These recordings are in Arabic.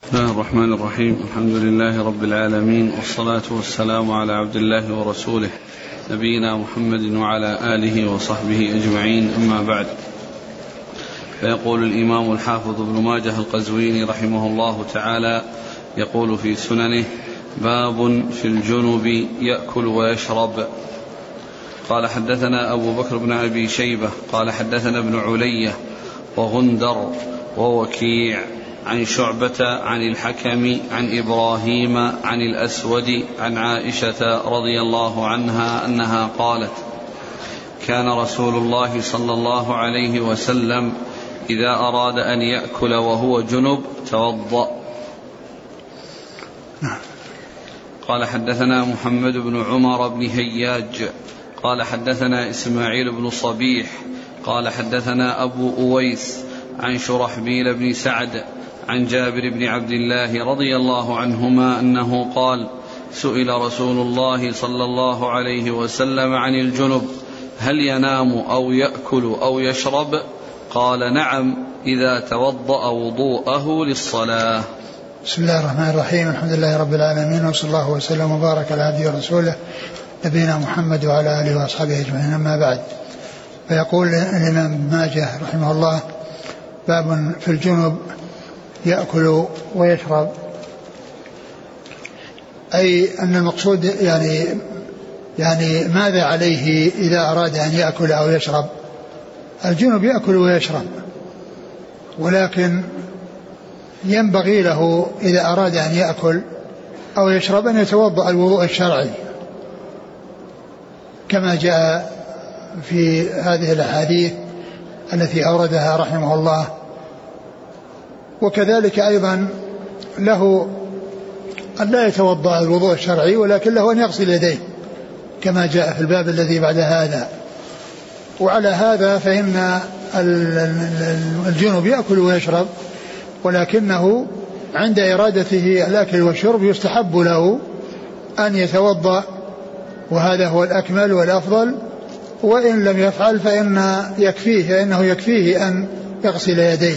بسم الله الرحمن الرحيم. الحمد لله رب العالمين، والصلاة والسلام على عبد الله ورسوله نبينا محمد وعلى آله وصحبه أجمعين، أما بعد. فيقول الإمام الحافظ ابن ماجه القزويني رحمه الله تعالى يقول في سننه: باب في الجنب يأكل ويشرب. قال: حدثنا أبو بكر بن أبي شيبة قال: حدثنا ابن علية وغندر ووكيع عن شعبة عن الحكم عن إبراهيم عن الأسود عن عائشة رضي الله عنها أنها قالت: كان رسول الله صلى الله عليه وسلم إذا أراد أن يأكل وهو جنب توضأ. قال: حدثنا محمد بن عمر بن هياج قال: حدثنا إسماعيل بن صبيح قال: حدثنا أبو أويس عن شرحبيل بن سعد عن جابر بن عبد الله رضي الله عنهما أنه قال: سئل رسول الله صلى الله عليه وسلم عن الجنب: هل ينام أو يأكل أو يشرب؟ قال: نعم، إذا توضأ وضوءه للصلاة. بسم الله الرحمن الرحيم. الحمد لله رب العالمين، وصلى الله وسلم وبارك على عبده ورسوله نبينا محمد وعلى آله وأصحابه أجمعين، أما بعد. فيقول الإمام ابن ماجه رحمه الله: باب في الجنب يأكل ويشرب، أي أن المقصود يعني ماذا عليه إذا أراد أن يأكل أو يشرب. الجنب يأكل ويشرب، ولكن ينبغي له إذا أراد أن يأكل أو يشرب أن يتوضأ الوضوء الشرعي كما جاء في هذه الأحاديث التي أوردها رحمه الله. وكذلك أيضا له أن لا يتوضأ الوضوء الشرعي، ولكن له أن يغسل يديه كما جاء في الباب الذي بعد هذا. وعلى هذا فإن الجنب يأكل ويشرب، ولكنه عند إرادته الأكل والشرب يستحب له أن يتوضأ، وهذا هو الأكمل والأفضل. وإن لم يفعل فإنه يكفيه أن يغسل يديه،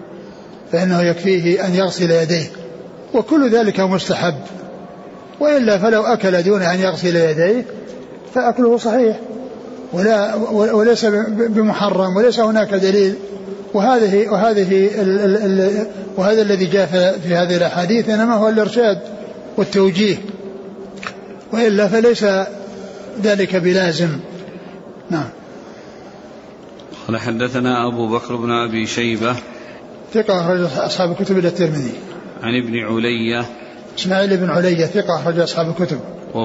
وكل ذلك مستحب. وإلا فلو أكل دون أن يغسل يديه فأكله صحيح وليس بمحرم، وليس هناك دليل. وهذا الذي جاء في هذه الأحاديث إنما هو الإرشاد والتوجيه، وإلا فليس ذلك بلازم. نعم. قال: حدثنا أبو بكر بن أبي شيبة ثقة أخرج أصحاب الكتب إلى الترمذي. عن ابن علية إسماعيل بن علية ثقة أخرج أصحاب الكتب.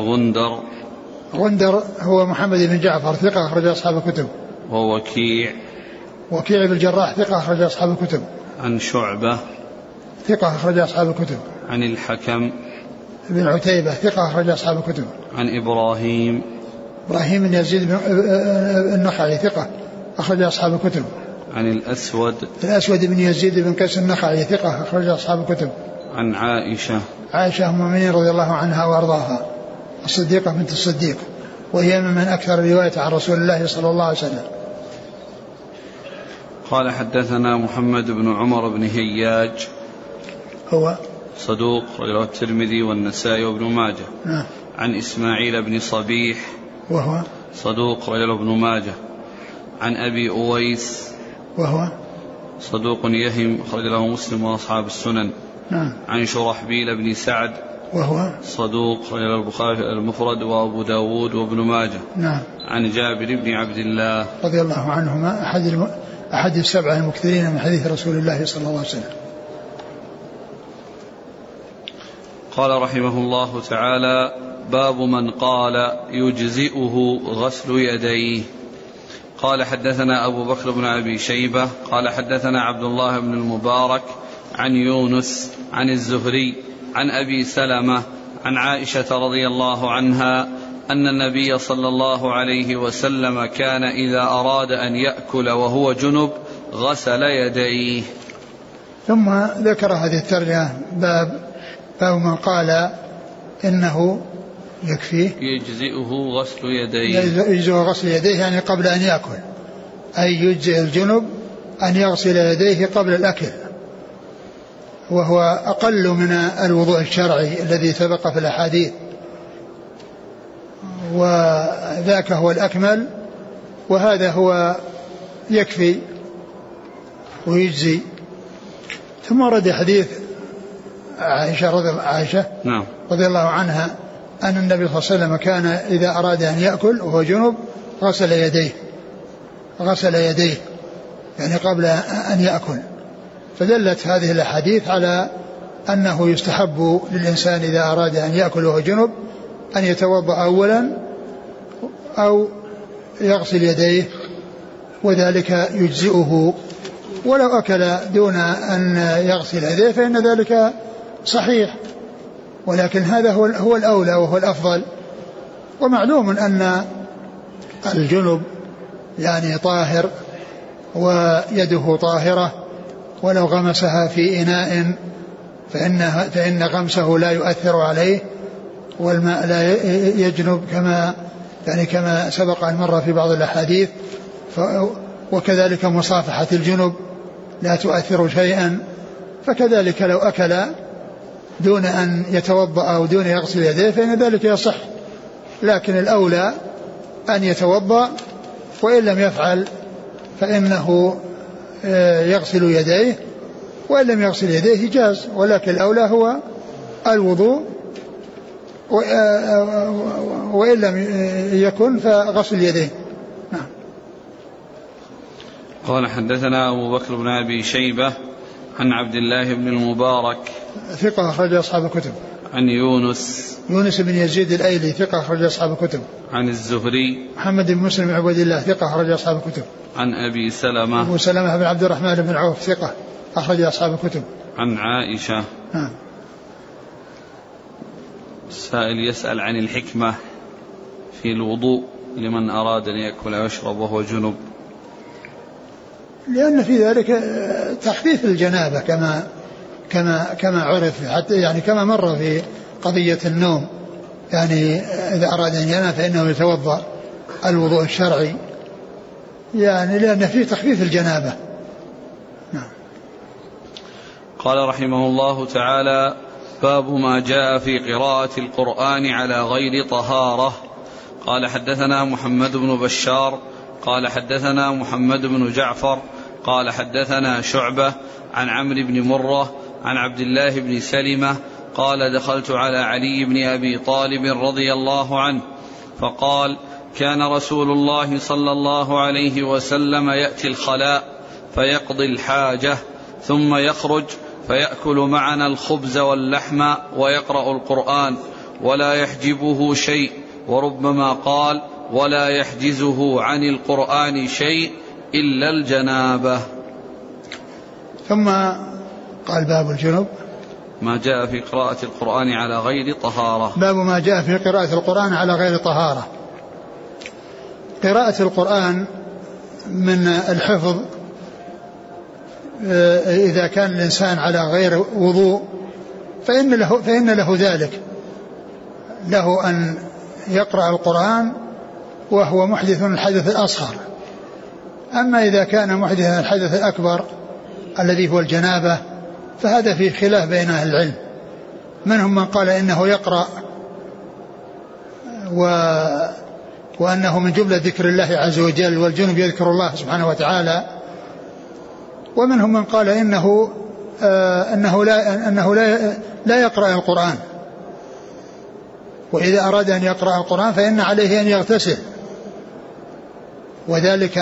وغندر هو محمد بن جعفر ثقة أخرج أصحاب الكتب. ووكيع بن الجراح ثقة أخرج أصحاب الكتب. عن شعبة ثقة أخرج أصحاب الكتب. عن الحكم بن عتيبة ثقة أخرج أصحاب الكتب. عن إبراهيم بن يزيد النخعي ثقة أخرج أصحاب الكتب. عن الأسود بن يزيد بن قيس النخعي ثقة أخرج أصحاب الكتب. عن عائشة أم المؤمنين رضي الله عنها وأرضاها، الصديقة بنت الصديق، وهي من أكثر رواية عن رسول الله صلى الله عليه وسلم. قال: حدثنا محمد بن عمر بن هياج هو صدوق رواه الترمذي والنسائي وابن ماجه. نعم. عن إسماعيل بن صبيح وهو صدوق رواه ابن ماجه. عن أبي أويس وهو صدوق يهم أخرج له مسلم وأصحاب السنن. نعم. عن شرحبيل بن سعد وهو صدوق أخرج له البخاري المفرد وأبو داود وابن ماجه. نعم. عن جابر بن عبد الله رضي الله عنهما أحد السبعة المكثرين من حديث رسول الله صلى الله عليه وسلم. قال رحمه الله تعالى: باب من قال يجزئه غسل يديه. قال: حدثنا أبو بكر بن أبي شيبة قال: حدثنا عبد الله بن المبارك عن يونس عن الزهري عن أبي سلمة عن عائشة رضي الله عنها أن النبي صلى الله عليه وسلم كان إذا أراد أن يأكل وهو جنب غسل يديه. ثم ذكر هذه الترجمة: باب من قال إنه يجزئه غسل يديه. يجزئه غسل يديه يعني قبل أن يأكل، أي يجزئ الجنب أن يغسل يديه قبل الأكل. وهو أقل من الوضوء الشرعي الذي سبق في الأحاديث، وذاك هو الأكمل، وهذا هو يكفي ويجزي. ثم ورد حديث عائشة رضي الله عنها أن النبي صلى الله عليه وسلم كان إذا أراد أن يأكل وهو جنب غسل يديه يعني قبل أن يأكل. فدلت هذه الأحاديث على أنه يستحب للإنسان إذا أراد أن يأكل وهو جنب أن يتوضأ أولا أو يغسل يديه، وذلك يجزئه. ولو أكل دون أن يغسل يديه فإن ذلك صحيح، ولكن هذا هو الأولى وهو الأفضل. ومعلوم أن الجنب يعني طاهر ويده طاهرة، ولو غمسها في إناء فإن غمسه لا يؤثر عليه، والماء لا يجنب كما سبق أن مر في بعض الأحاديث. وكذلك مصافحة الجنب لا تؤثر شيئا، فكذلك لو أكل دون أن يتوضأ أو دون يغسل يديه فإن ذلك يصح، لكن الأولى أن يتوضأ، وإن لم يفعل فإنه يغسل يديه، وإن لم يغسل يديه جاز، ولكن الأولى هو الوضوء، وإن لم يكن فغسل يديه. نعم. قال حدثنا أبو بكر بن أبي شيبة عن عبد الله بن المبارك ثقة أخرج أصحاب الكتب. عن يونس بن يزيد الأيلي ثقة أخرج أصحاب الكتب. عن الزهري محمد بن مسلم بن عبد الله ثقة أخرج أصحاب الكتب. عن أبي سلمة بن عبد الرحمن بن عوف ثقة أخرج أصحاب الكتب. عن عائشة. السائل يسأل عن الحكمة في الوضوء لمن أراد أن يأكل ويشرب وهو جنب. لأن في ذلك تخفيف الجنابة كما عرف، حتى يعني كما مر في قضية النوم، يعني إذا أراد أن ينام فإنه يتوضأ الوضوء الشرعي، يعني لأن فيه تخفيف الجنابة. نعم. قال رحمه الله تعالى: باب ما جاء في قراءة القرآن على غير طهارة. قال حدثنا محمد بن بشار قال حدثنا محمد بن جعفر قال حدثنا شعبة عن عمرو بن مرة عن عبد الله بن سلمة قال: دخلت على علي بن أبي طالب رضي الله عنه فقال: كان رسول الله صلى الله عليه وسلم يأتي الخلاء فيقضي الحاجة ثم يخرج فيأكل معنا الخبز واللحم ويقرأ القرآن ولا يحجبه شيء، وربما قال: ولا يحجزه عن القرآن شيء إلا الجنابة. ثم قال: باب الجنب ما جاء في قراءة القرآن على غير طهارة. باب ما جاء في قراءة القرآن على غير طهارة. قراءة القرآن من الحفظ إذا كان الإنسان على غير وضوء فإن له ذلك، له أن يقرأ القرآن وهو محدث الحدث الأصغر. أما إذا كان محدثا الحدث الأكبر الذي هو الجنابة فهذا فيه خلاف بين أهل العلم، منهم من قال إنه يقرأ وأنه من جملة ذكر الله عز وجل، والجنب يذكر الله سبحانه وتعالى، ومنهم من قال إنه لا يقرأ القرآن، وإذا أراد أن يقرأ القرآن فإن عليه أن يغتسل، وذلك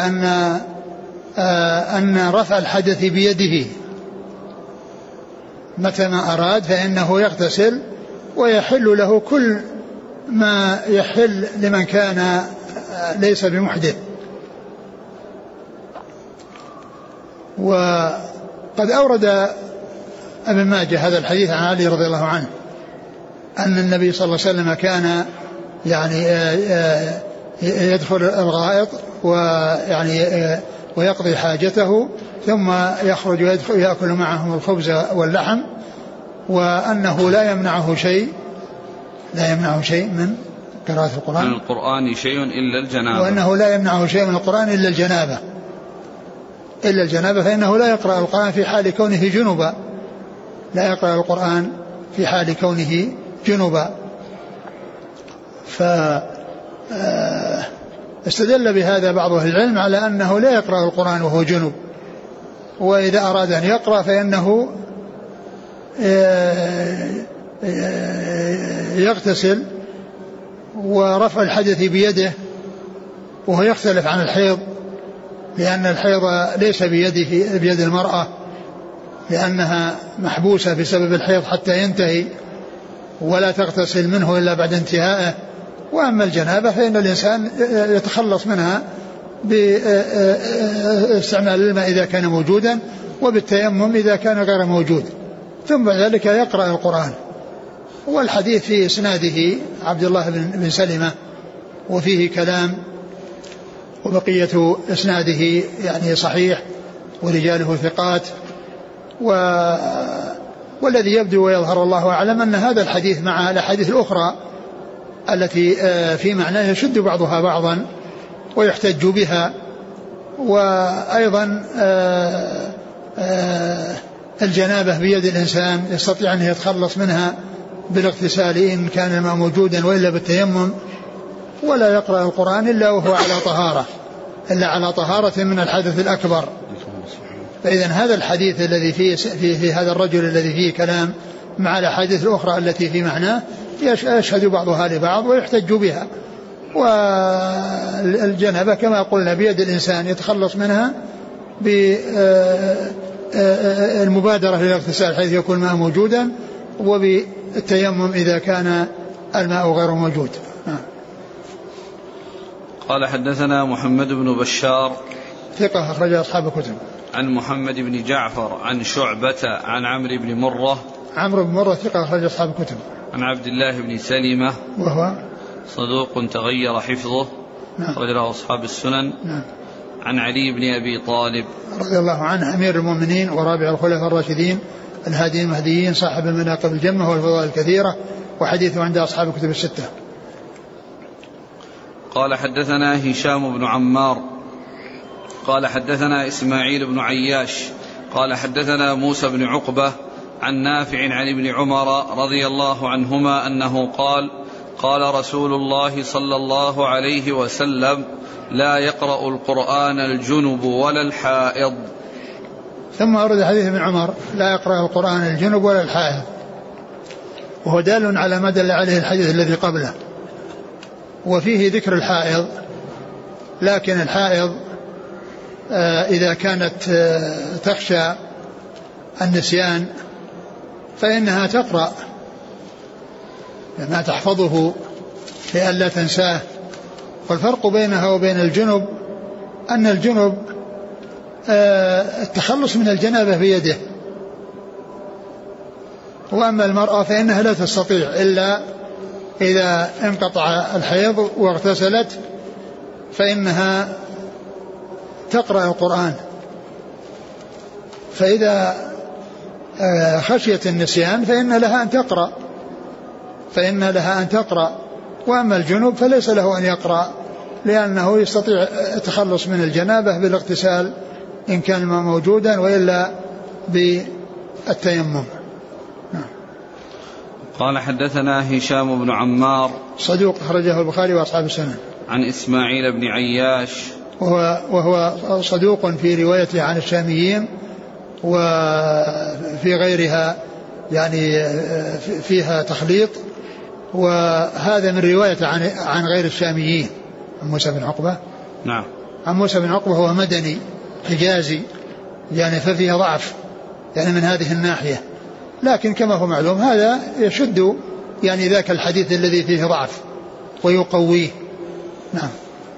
أن رفع الحدث بيده متى ما أراد فإنه يغتسل، ويحل له كل ما يحل لمن كان ليس بمحدث. وقد أورد ابن ماجه هذا الحديث عن علي رضي الله عنه أن النبي صلى الله عليه وسلم كان يعني يدخل الغائط ويقضي حاجته ثم يخرج ويدخل يأكل معهم الخبز واللحم، وأنه لا يمنعه شيء من قراءة القرآن، من القرآن شيء إلا الجنابة، وأنه لا يمنعه شيء من القرآن إلا الجنابة، فإنه لا يقرأ القرآن في حال كونه جنبا، لا يقرأ القرآن في حال كونه جنبا. فاستدل بهذا بعض أهل العلم على أنه لا يقرأ القرآن وهو جنب، وإذا أراد أن يقرأ فإنه يغتسل، ورفع الحدث بيده، وهو يختلف عن الحيض، لأن الحيض ليس بيد المرأة، لأنها محبوسة بسبب الحيض حتى ينتهي، ولا تغتسل منه إلا بعد انتهائه. وأما الجنابة فإن الإنسان يتخلص منها باستعمال الماء إذا كان موجودا، وبالتيمم إذا كان غير موجود، ثم بعد ذلك يقرأ القرآن. والحديث في إسناده عبد الله بن سلمة وفيه كلام، وبقية إسناده يعني صحيح ورجاله ثقات. والذي يبدو ويظهر الله أعلم أن هذا الحديث مع الأحاديث الأخرى التي في معناه يشد بعضها بعضا ويحتج بها. وأيضا الجنابة بيد الإنسان، يستطيع أن يتخلص منها بالاغتسال إن كان الماء موجودا، وإلا بالتيمم. ولا يقرأ القرآن إلا وهو على طهارة، إلا على طهارة من الحدث الأكبر. فإذا هذا الحديث الذي فيه هذا الرجل الذي فيه كلام مع الأحاديث الأخرى التي في معناه يشهد بعضها لبعض ويحتج بها. والجنابة كما قلنا بيد الإنسان، يتخلص منها بالمبادرة للاغتسال حيث يكون الماء موجودا، وبالتيمم إذا كان الماء غير موجود. قال حدثنا محمد بن بشار ثقة أخرج أصحاب الكتب. عن محمد بن جعفر عن شعبة عن عمرو بن مرة. عمرو بن مرة ثقة أخرج أصحاب الكتب. عن عبد الله بن سلمة وهو صدوق تغير حفظه. نعم. رجله أصحاب السنن. نعم. عن علي بن أبي طالب رضي الله عنه أمير المؤمنين ورابع الخلفاء الراشدين الهادي المهديين صاحب المناقب الجمة والفضائل الكثيرة، وحديثه عند أصحاب الكتب الستة. قال حدثنا هشام بن عمار قال حدثنا إسماعيل بن عياش قال حدثنا موسى بن عقبة عن نافع عن ابن عمر رضي الله عنهما أنه قال قال رسول الله صلى الله عليه وسلم لا يقرأ القرآن الجنب ولا الحائض. ثم أورد حديث ابن عمر لا يقرأ القرآن الجنب ولا الحائض، وهو دال على ما دل عليه الحديث الذي قبله، وفيه ذكر الحائض. لكن الحائض إذا كانت تخشى النسيان فإنها تقرأ ما تحفظه لئلا تنساه. والفرق بينها وبين الجنب أن الجنب التخلص من الجنابة بيده، وأما المرأة فإنها لا تستطيع إلا إذا انقطع الحيض واغتسلت فإنها تقرأ القرآن. فإذا خشيت النسيان فإن لها أن تقرأ، وأما الجنوب فليس له أن يقرأ، لأنه يستطيع التخلص من الجنابة بالاغتسال إن كان الماء موجودا، وإلا بالتيمم. قال حدثنا هشام بن عمار صدوق أخرجه البخاري وأصحاب السنن. عن إسماعيل بن عياش وهو صدوق في روايته عن الشاميين، وفي غيرها يعني فيها تخليط، وهذا من رواية عن غير الشاميين. عن موسى بن عقبة. نعم. عن موسى بن عقبة هو مدني حجازي، يعني ففيه ضعف يعني من هذه الناحية، لكن كما هو معلوم هذا يشد يعني ذاك الحديث الذي فيه ضعف ويقويه. نعم.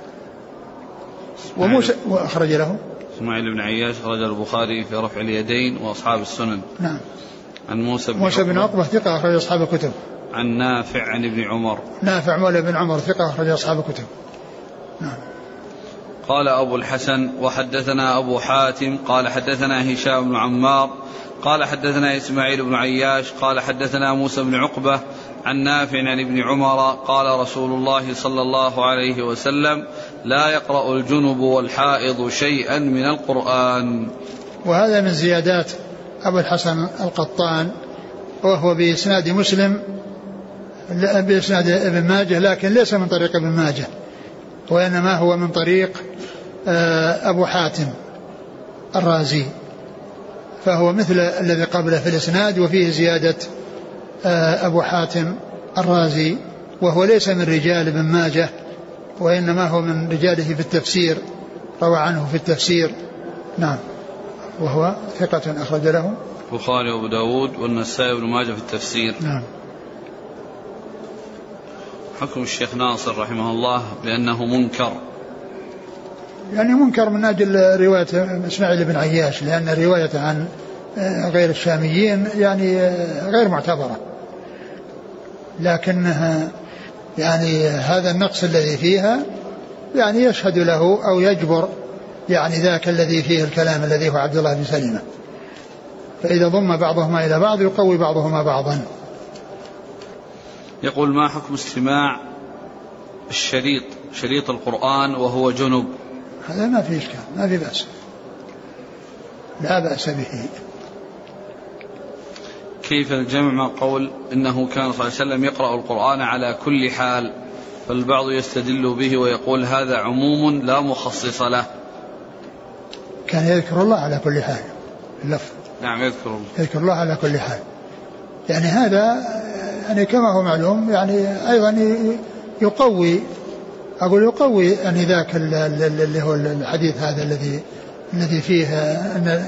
وموسى وأخرج له إسماعيل بن عياش أخرج البخاري في رفع اليدين وأصحاب السنن. نعم. عن موسى بن عقبة ثقة أخرج أصحاب الكتب. عن نافع عن ابن عمر. نافع مولى بن عمر ثقة أخرج أصحاب الكتب. نعم. قال أبو الحسن وحدثنا أبو حاتم قال حدثنا هشام بن عمار قال حدثنا إسماعيل بن عياش قال حدثنا موسى بن عقبة عن نافع عن ابن عمر قال رسول الله صلى الله عليه وسلم لا يقرأ الجنب والحائض شيئا من القرآن. وهذا من زيادات أبو الحسن القطان، وهو بإسناد مسلم بإسناد ابن ماجه، لكن ليس من طريق ابن ماجه، وإنما هو من طريق أبو حاتم الرازي، فهو مثل الذي قبله في الإسناد، وفيه زيادة أبو حاتم الرازي، وهو ليس من رجال ابن ماجه، وإنما هو من رجاله في التفسير، روى عنه في التفسير. نعم، وهو ثقة أخرج له البخاري وأبو داود والنسائي وابن ماجه في التفسير. نعم. حكم الشيخ ناصر رحمه الله بأنه منكر، يعني منكر من أجل رواية إسماعيل بن عياش، لأن الرواية عن غير الشاميين يعني غير معتبرة، لكنها يعني هذا النقص الذي فيها يعني يشهد له أو يجبر يعني ذاك الذي فيه الكلام الذي هو عبد الله بن سلمة، فإذا ضم بعضهما إلى بعض يقوي بعضهما بعضا. يقول: ما حكم استماع شريط القرآن وهو جنب؟ هذا ما في إشكال، ما في بأس، لا بأس به. كيف الجمع مع قول إنه كان صلى الله عليه وسلم يقرأ القرآن على كل حال، فالبعض يستدل به ويقول هذا عموم لا مخصص له؟ كان يذكر الله على كل حال، اللفظ نعم يذكر الله على كل حال، يعني هذا يعني كما هو معلوم يعني أيضا يقوي يعني ذاك اللي هو الحديث هذا الذي فيه أن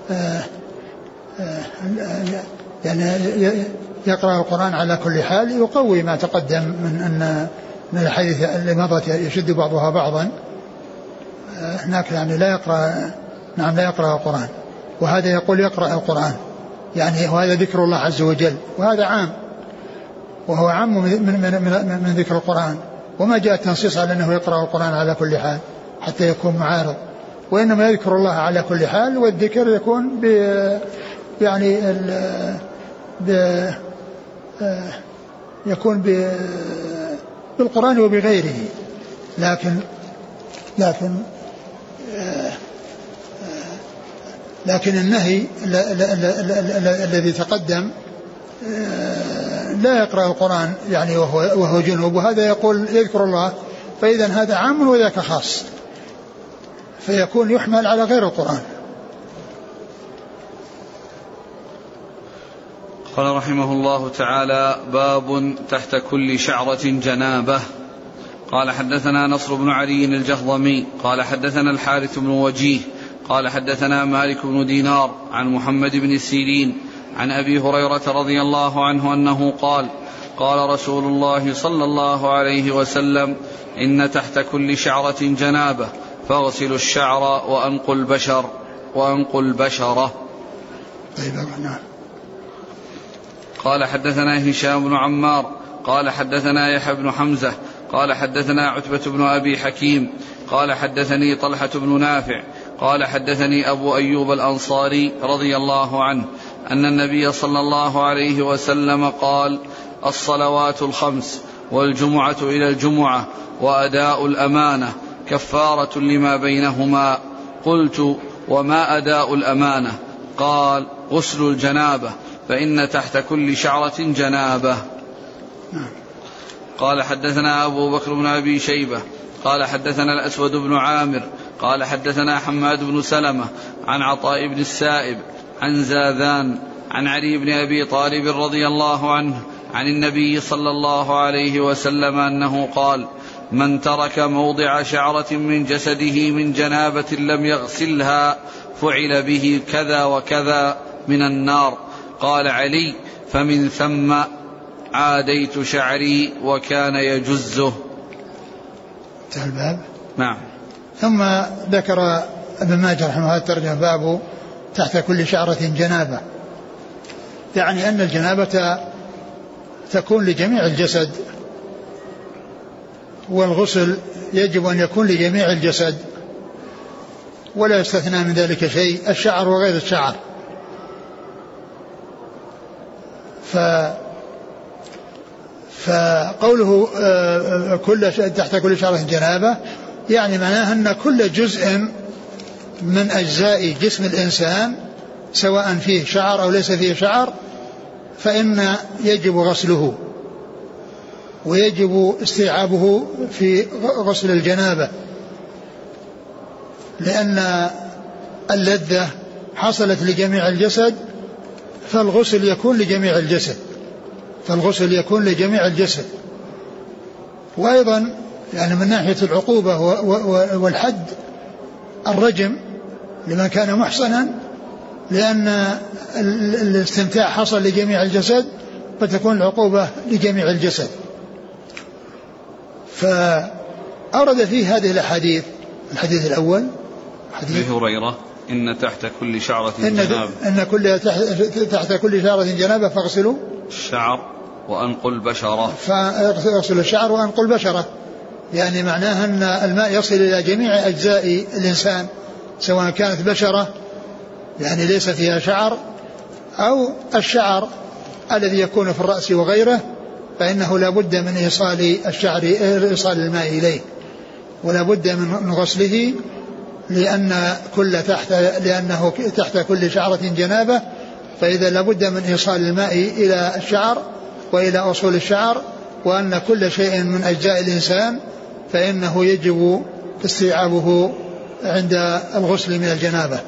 يعني يقرأ القرآن على كل حال، يقوي ما تقدم من أن الحديث اللي مضت يشد بعضها بعضا. هناك يعني لا يقرأ القرآن، وهذا يقول يقرأ القرآن، يعني وهذا ذكر الله عز وجل، وهذا عام، وهو عام من ذكر القرآن، وما جاء التنصيص على أنه يقرأ القرآن على كل حال حتى يكون معارض، وإنما يذكر الله على كل حال، والذكر يكون يكون بالقرآن وبغيره، لكن النهي الذي تقدم لا يقرأ القرآن يعني وهو جنوب، وهذا يقول يذكر الله، فإذا هذا عام وذاك خاص، فيكون يحمل على غير القرآن. قال رحمه الله تعالى: باب تحت كل شعرة جنابة. قال: حدثنا نصر بن علي الجهضمي قال حدثنا الحارث بن وجيه قال حدثنا مالك بن دينار عن محمد بن سيرين عن أبي هريرة رضي الله عنه أنه قال: قال رسول الله صلى الله عليه وسلم: إن تحت كل شعرة جنابة فاغسلوا الشعر وأنقوا البشرة. قال: حدثنا هشام بن عمار قال حدثنا يحيى بن حمزة قال حدثنا عتبة بن أبي حكيم قال حدثني طلحة بن نافع قال حدثني أبو أيوب الأنصاري رضي الله عنه أن النبي صلى الله عليه وسلم قال: الصلوات الخمس والجمعة إلى الجمعة وأداء الأمانة كفارة لما بينهما. قلت: وما أداء الأمانة؟ قال: غسل الجنابة، فإن تحت كل شعرة جنابة. قال: حدثنا أبو بكر بن أبي شيبة قال حدثنا الأسود بن عامر قال حدثنا حماد بن سلمة عن عطاء بن السائب عن زاذان عن علي بن أبي طالب رضي الله عنه عن النبي صلى الله عليه وسلم أنه قال: من ترك موضع شعرة من جسده من جنابة لم يغسلها فعل به كذا وكذا من النار. قال علي: فمن ثم عاديت شعري وكان يجزه. الباب. نعم. ثم ذكر ابن ماجه رحمه الله الترجمة: باب تحت كل شعرة جنابة، يعني أن الجنابة تكون لجميع الجسد، والغسل يجب أن يكون لجميع الجسد ولا يستثنى من ذلك شيء، الشعر وغير الشعر. فقوله تحت كل شعرة جنابة يعني معناه أن كل جزء من أجزاء جسم الإنسان سواء فيه شعر أو ليس فيه شعر فإن يجب غسله ويجب استيعابه في غسل الجنابة، لأن اللذة حصلت لجميع الجسد فالغسل يكون لجميع الجسد. وأيضا يعني من ناحية العقوبة والحد الرجم لمن كان محصنا، لأن الاستمتاع حصل لجميع الجسد فتكون العقوبة لجميع الجسد. فأورد فيه هذه الأحاديث. الحديث الأول حديث أبي هريرة إن تحت كل شعرة جنابة، تحت كل شعرة جنابة فاغسلوا الشعر وأنقوا البشرة، فاغسلوا الشعر وأنقوا البشرة، يعني معناها أن الماء يصل إلى جميع أجزاء الإنسان سواء كانت بشرة يعني ليس فيها شعر أو الشعر الذي يكون في الرأس وغيره، فإنه لا بد من إيصال الماء إليه ولا بد من غسله، لأنه تحت كل شعرة جنابة، فإذا لا بد من إيصال الماء إلى الشعر وإلى أصول الشعر، وأن كل شيء من أجزاء الإنسان فإنه يجب استيعابه عند الغسل من الجنابة.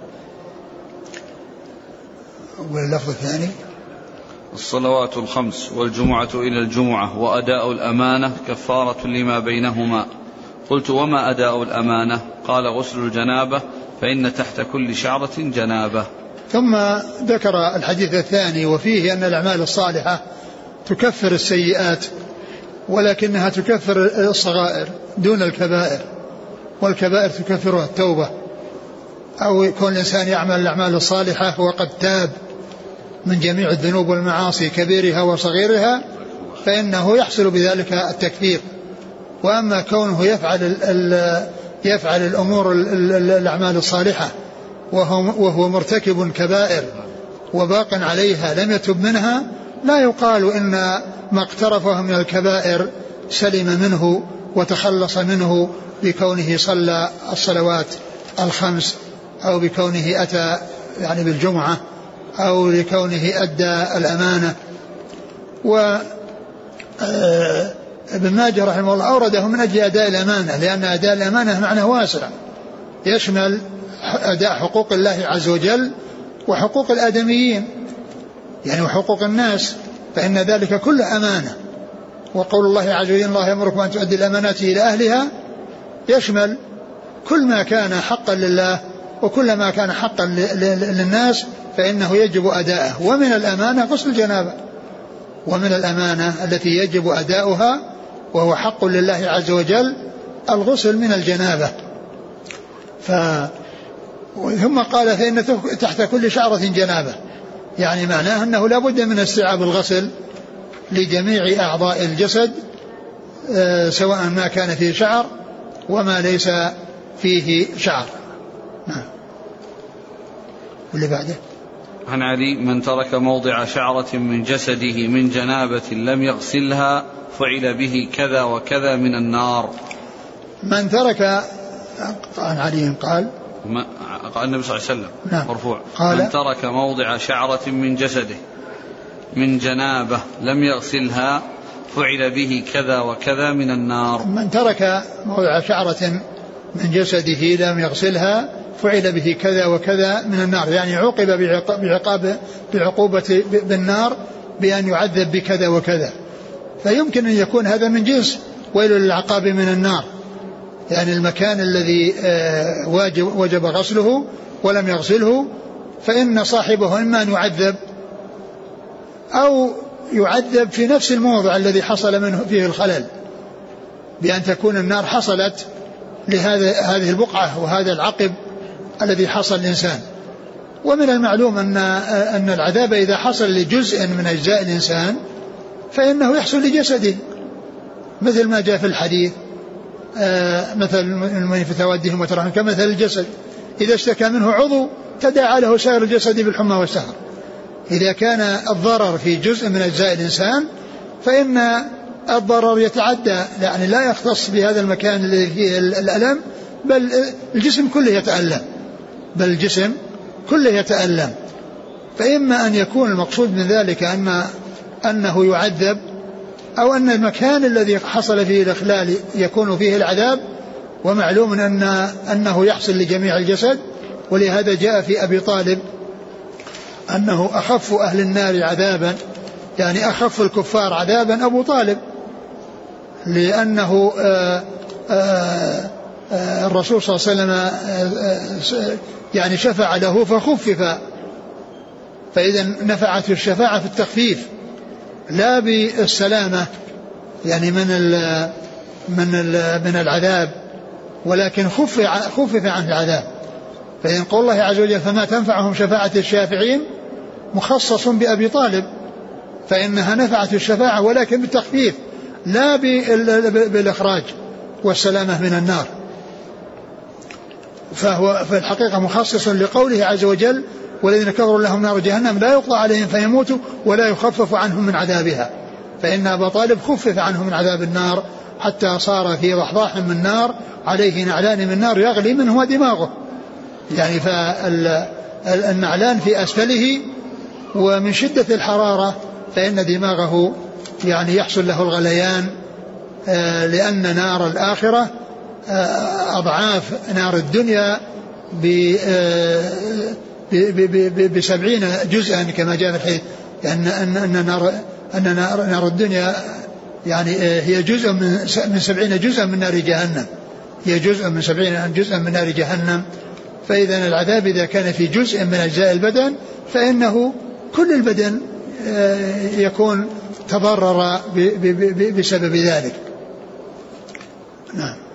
واللفظ الثاني الصلوات الخمس والجمعة إلى الجمعة وأداء الأمانة كفارة لما بينهما. قلت وما أداء الأمانة؟ قال غسل الجنابة فإن تحت كل شعرة جنابة. ثم ذكر الحديث الثاني وفيه أن الأعمال الصالحة تكفر السيئات، ولكنها تكفر الصغائر دون الكبائر، والكبائر تكفرها التوبة، أو يكون الإنسان يعمل الأعمال الصالحة وقد تاب من جميع الذنوب والمعاصي كبيرها وصغيرها فإنه يحصل بذلك التكفير. وأما كونه يفعل الأمور الأعمال الصالحة وهو مرتكب كبائر وباق عليها لم يتب منها، لا يقال إن ما اقترفه من الكبائر سلم منه وتخلص منه بكونه صلى الصلوات الخمس، أو بكونه أتى يعني بالجمعة، أو لكونه أدى الأمانة. ابن ماجه رحمه الله أورده من أجل أداء الأمانة، لأن أداء الأمانة معنى واسع يشمل أداء حقوق الله عز وجل وحقوق الآدميين يعني وحقوق الناس، فإن ذلك كله أمانة. وقول الله عز وجل الله يأمركم أن تؤدي الأمانات إلى أهلها يشمل كل ما كان حقا لله وكل ما كان حقا للناس فإنه يجب أداءه. ومن الأمانة غسل الجنابة، ومن الأمانة التي يجب أداؤها وهو حق لله عز وجل الغسل من الجنابة. ثم قال فإن تحت كل شعرة جنابة، يعني معناه أنه لا بد من استيعاب الغسل لجميع أعضاء الجسد سواء ما كان فيه شعر وما ليس فيه شعر. واللي بعده عن علي من ترك موضع شعرة من جسده من جنابة لم يغسلها فعل به كذا وكذا من النار. من ترك، عن علي قال النبي صلى الله عليه وسلم مرفوع من ترك موضع شعرة من جسده من جنابة لم يغسلها فعل به كذا وكذا من النار. من ترك موضع شعرة من جسده لم يغسلها فعل به كذا وكذا من النار، يعني عوقب بعقوبة بالنار بأن يعذب بكذا وكذا. فيمكن أن يكون هذا من جنس ويل للعقاب من النار، يعني المكان الذي وجب غسله ولم يغسله فإن صاحبه إما أن يعذب أو يعذب في نفس الموضع الذي حصل منه فيه الخلل، بأن تكون النار حصلت لهذه البقعة وهذا العقب الذي حصل الإنسان. ومن المعلوم أن العذاب إذا حصل لجزء من أجزاء الإنسان فإنه يحصل لجسده، مثل ما جاء في الحديث مثل المؤمن في توادهم وتراحم كمثل الجسد إذا اشتكى منه عضو تداعى له سائر الجسد بالحمى والسهر. إذا كان الضرر في جزء من أجزاء الإنسان فإن الضرر يتعدى، يعني لا يختص بهذا المكان الذي فيه الألم، بل الجسم كله يتألم، بل الجسم كله يتألم. فإما أن يكون المقصود من ذلك أنه يعذب، أو أن المكان الذي حصل فيه الإخلال يكون فيه العذاب، ومعلوم أنه يحصل لجميع الجسد. ولهذا جاء في أبي طالب أنه أخف أهل النار عذابا، يعني أخف الكفار عذابا أبو طالب، لأنه الرسول صلى الله عليه وسلم يعني شفع له فخفف، فإذا نفعت الشفاعة في التخفيف لا بالسلامة يعني من العذاب، ولكن خفف عن العذاب. فإن قول الله عز وجل فما تنفعهم شفاعة الشافعين مخصص بأبي طالب، فإنها نفعت الشفاعة ولكن بالتخفيف لا بالإخراج والسلامة من النار. فهو في الحقيقة مخصص لقوله عز وجل والذين كفروا لهم نار جهنم لا يقضى عليهم فيموتوا ولا يخفف عنهم من عذابها. فإن أبا طالب خفف عنه من عذاب النار حتى صار في ضحضاح من نار عليه نعلان من نار يغلي منهما دماغه، يعني فالنعلان في أسفله، ومن شدة الحرارة فإن دماغه يعني يحصل له الغليان، لأن نار الآخرة أضعاف نار الدنيا ب70 جزءا كما جاء في الحديث، أن نار الدنيا يعني هي جزء من 70 جزءا من نار جهنم، هي جزء من 70 جزءا من نار جهنم. فإذا العذاب إذا كان في جزء من أجزاء البدن فإنه كل البدن يكون تضرر بسبب ذلك. نعم.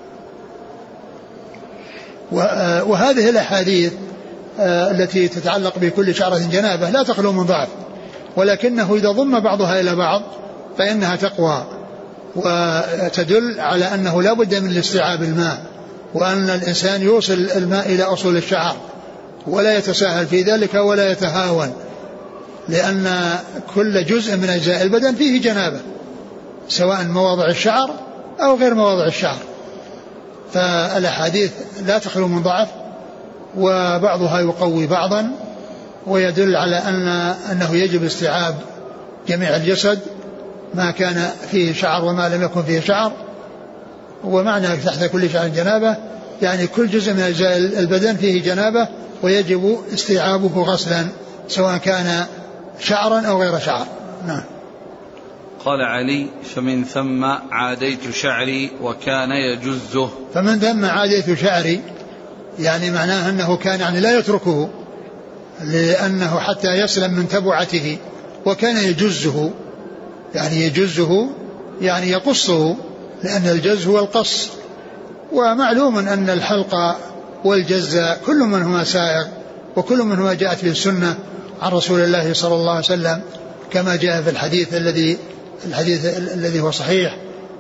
وهذه الأحاديث التي تتعلق بكل شعرة جنابة لا تخلو من ضعف، ولكنه إذا ضم بعضها إلى بعض فإنها تقوى وتدل على أنه لا بد من الاستيعاب الماء، وأن الإنسان يوصل الماء إلى أصول الشعر ولا يتساهل في ذلك ولا يتهاون، لأن كل جزء من أجزاء البدن فيه جنابة سواء مواضع الشعر أو غير مواضع الشعر. فالأحاديث لا تخلو من ضعف، وبعضها يقوي بعضا، ويدل على أنه يجب استيعاب جميع الجسد ما كان فيه شعر وما لم يكن فيه شعر. ومعنى تحت كل شعر جنابة يعني كل جزء من أجزاء البدن فيه جنابة ويجب استيعابه غسلا سواء كان شعرا أو غير شعر. نعم. قال علي فمن ثم عاديت شعري وكان يجزه. فمن ثم عاديت شعري يعني معناه أنه كان يعني لا يتركه لأنه حتى يسلم من تبعته، وكان يجزه يعني يجزه يعني يقصه، لأن الجز هو القص، ومعلوم أن الحلق والجز كل منهما سائغ وكل منهما جاءت به السنة عن رسول الله صلى الله عليه وسلم، كما جاء في الحديث الذي هو صحيح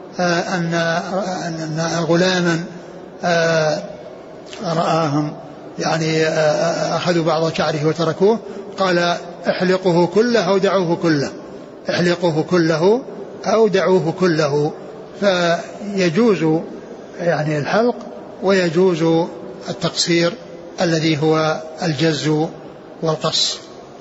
أن غلاما رآهم يعني أخذوا بعض شعره وتركوه، قال احلقه كله أو دعوه كله، احلقه كله أو دعوه كله. فيجوز يعني الحلق ويجوز التقصير الذي هو الجز والقص.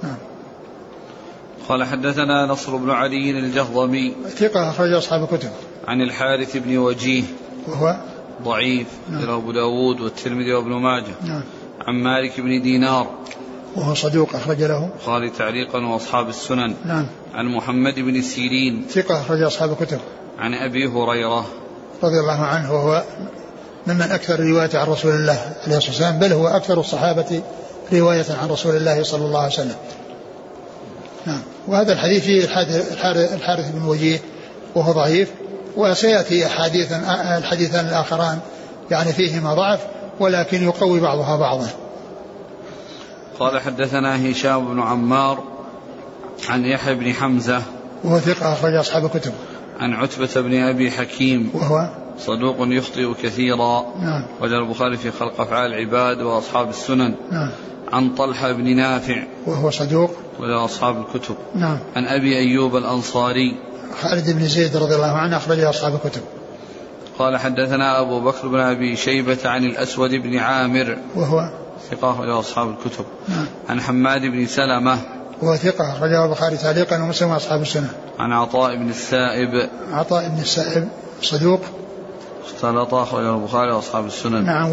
قال حدثنا نصر بن علي الجهضمي ثقة أخرج أصحاب الكتب. عن الحارث بن وجيه وهو ضعيف له أبو داود والترمذي وابن ماجه. نعم. عن مالك بن دينار وهو صدوق أخرج له البخاري تعليقا وأصحاب السنن. نعم. عن محمد بن سيرين ثقة أخرج أصحاب الكتب. عن أبي هريرة رضي الله عنه وهو ممن أكثر رواية عن رسول الله عليه الصلاة والسلام، بل هو أكثر الصحابة رواية عن رسول الله صلى الله عليه وسلم. نعم. وهذا الحديث فيه الحارث بن وجيه وهو ضعيف، وسيأتي الحديثان الآخران يعني فيهما ضعف ولكن يقوي بعضها بعضا. قال حدثنا هشام بن عمار عن يحيى بن حمزة وهو ثقة أخرج أصحاب الكتب. عن عتبة بن أبي حكيم وهو صدوق يخطئ كثيرا. نعم. وجاء البخاري في خلق أفعال العباد وأصحاب السنن. نعم. عن طلحة بن نافع وهو صدوق ولا أصحاب الكتب. نعم. عن أبي أيوب الأنصاري خالد بن زيد رضي الله عنه أخرج أصحاب الكتب. قال حدثنا أبو بكر بن أبي شيبة عن الأسود بن عامر وهو ثقة أخرجه أصحاب الكتب. عن حماد بن سلمة هو ثقة أخرجه البخاري تعليقا ومسلم وأصحاب السنة. عن عطاء بن السائب صدوق اختلط أخرجه البخاري وأصحاب السنن. نعم.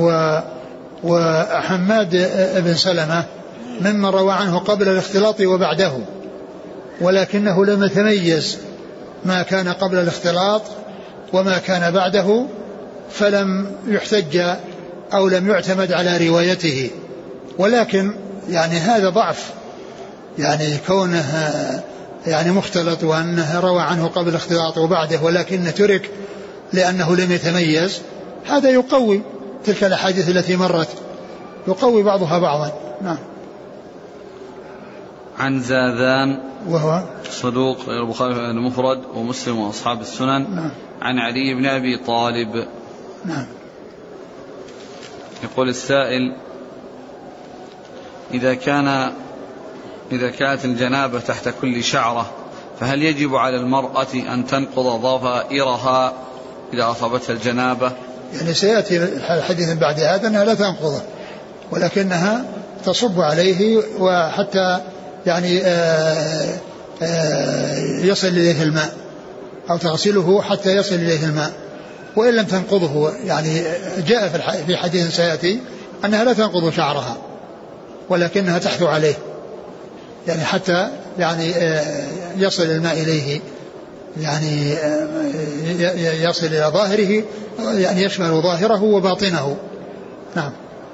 وحماد بن سلمة ممن روى عنه قبل الاختلاط وبعده، ولكنه لم يتميز ما كان قبل الاختلاط وما كان بعده، فلم يحتج أو لم يعتمد على روايته. ولكن يعني هذا ضعف، يعني كونه يعني مختلط وأنه روى عنه قبل الاختلاط وبعده ولكنه ترك لأنه لم يتميز، هذا يقوي تلك الأحاديث التي مرت، يقوي بعضها بعضا. نعم. عن زاذان وهو صدوق البخاري المفرد ومسلم وأصحاب السنن. نعم. عن علي بن أبي طالب. نعم. يقول السائل: إذا كانت الجنابة تحت كل شعرة فهل يجب على المرأة أن تنقض ضفائرها إذا أصابتها الجنابة؟ يعني سيأتي الحديث بعد هذا أنها لا تنقضه، ولكنها تصب عليه وحتى يعني يصل إليه الماء، أو تغسله حتى يصل إليه الماء، وإن لم تنقضه يعني جاء في حديث سيأتي أنها لا تنقض شعرها ولكنها تحثو عليه، يعني حتى يعني يصل الماء إليه، يعني يصل إلى ظاهره، يعني يشمل ظاهره وباطنه. نعم.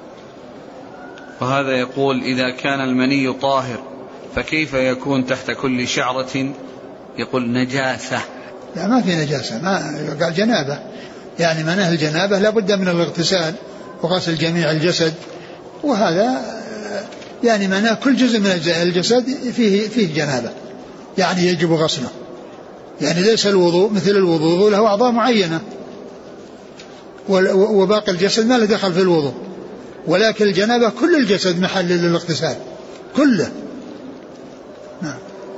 وهذا يقول: إذا كان المني طاهر فكيف يكون تحت كل شعرة؟ يقول: نجاسة. لا، ما في نجاسة، ما قال جنابة، يعني مناه الجنابة لا بد من الاغتسال وغسل جميع الجسد، وهذا يعني مناه كل جزء من أجزاء الجسد فيه جنابة، يعني يجب غسله، يعني ليس الوضوء مثل الوضوء له أعضاء معينة، وباقي الجسد ما له دخل في الوضوء، ولكن الجنابة كل الجسد محل للاغتسال كله. نعم.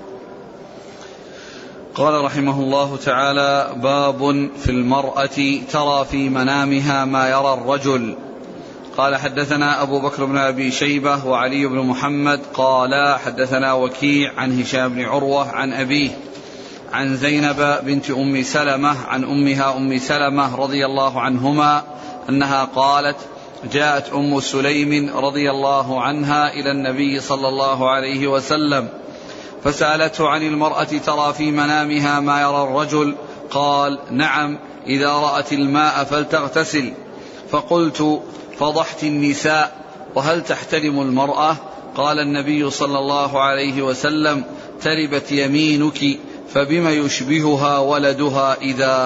قال رحمه الله تعالى: باب في المرأة ترى في منامها ما يرى الرجل. قال: حدثنا أبو بكر بن أبي شيبة وعلي بن محمد قال: حدثنا وكيع عن هشام بن عروة عن أبيه عن زينب بنت أم سلمة عن أمها أم سلمة رضي الله عنهما أنها قالت: جاءت أم سليم رضي الله عنها إلى النبي صلى الله عليه وسلم فسألته عن المرأة ترى في منامها ما يرى الرجل، قال: نعم، إذا رأت الماء فلتغتسل. فقلت: فضحت النساء، وهل تحترم المرأة؟ قال النبي صلى الله عليه وسلم: تربت يمينك، فبما يشبهها ولدها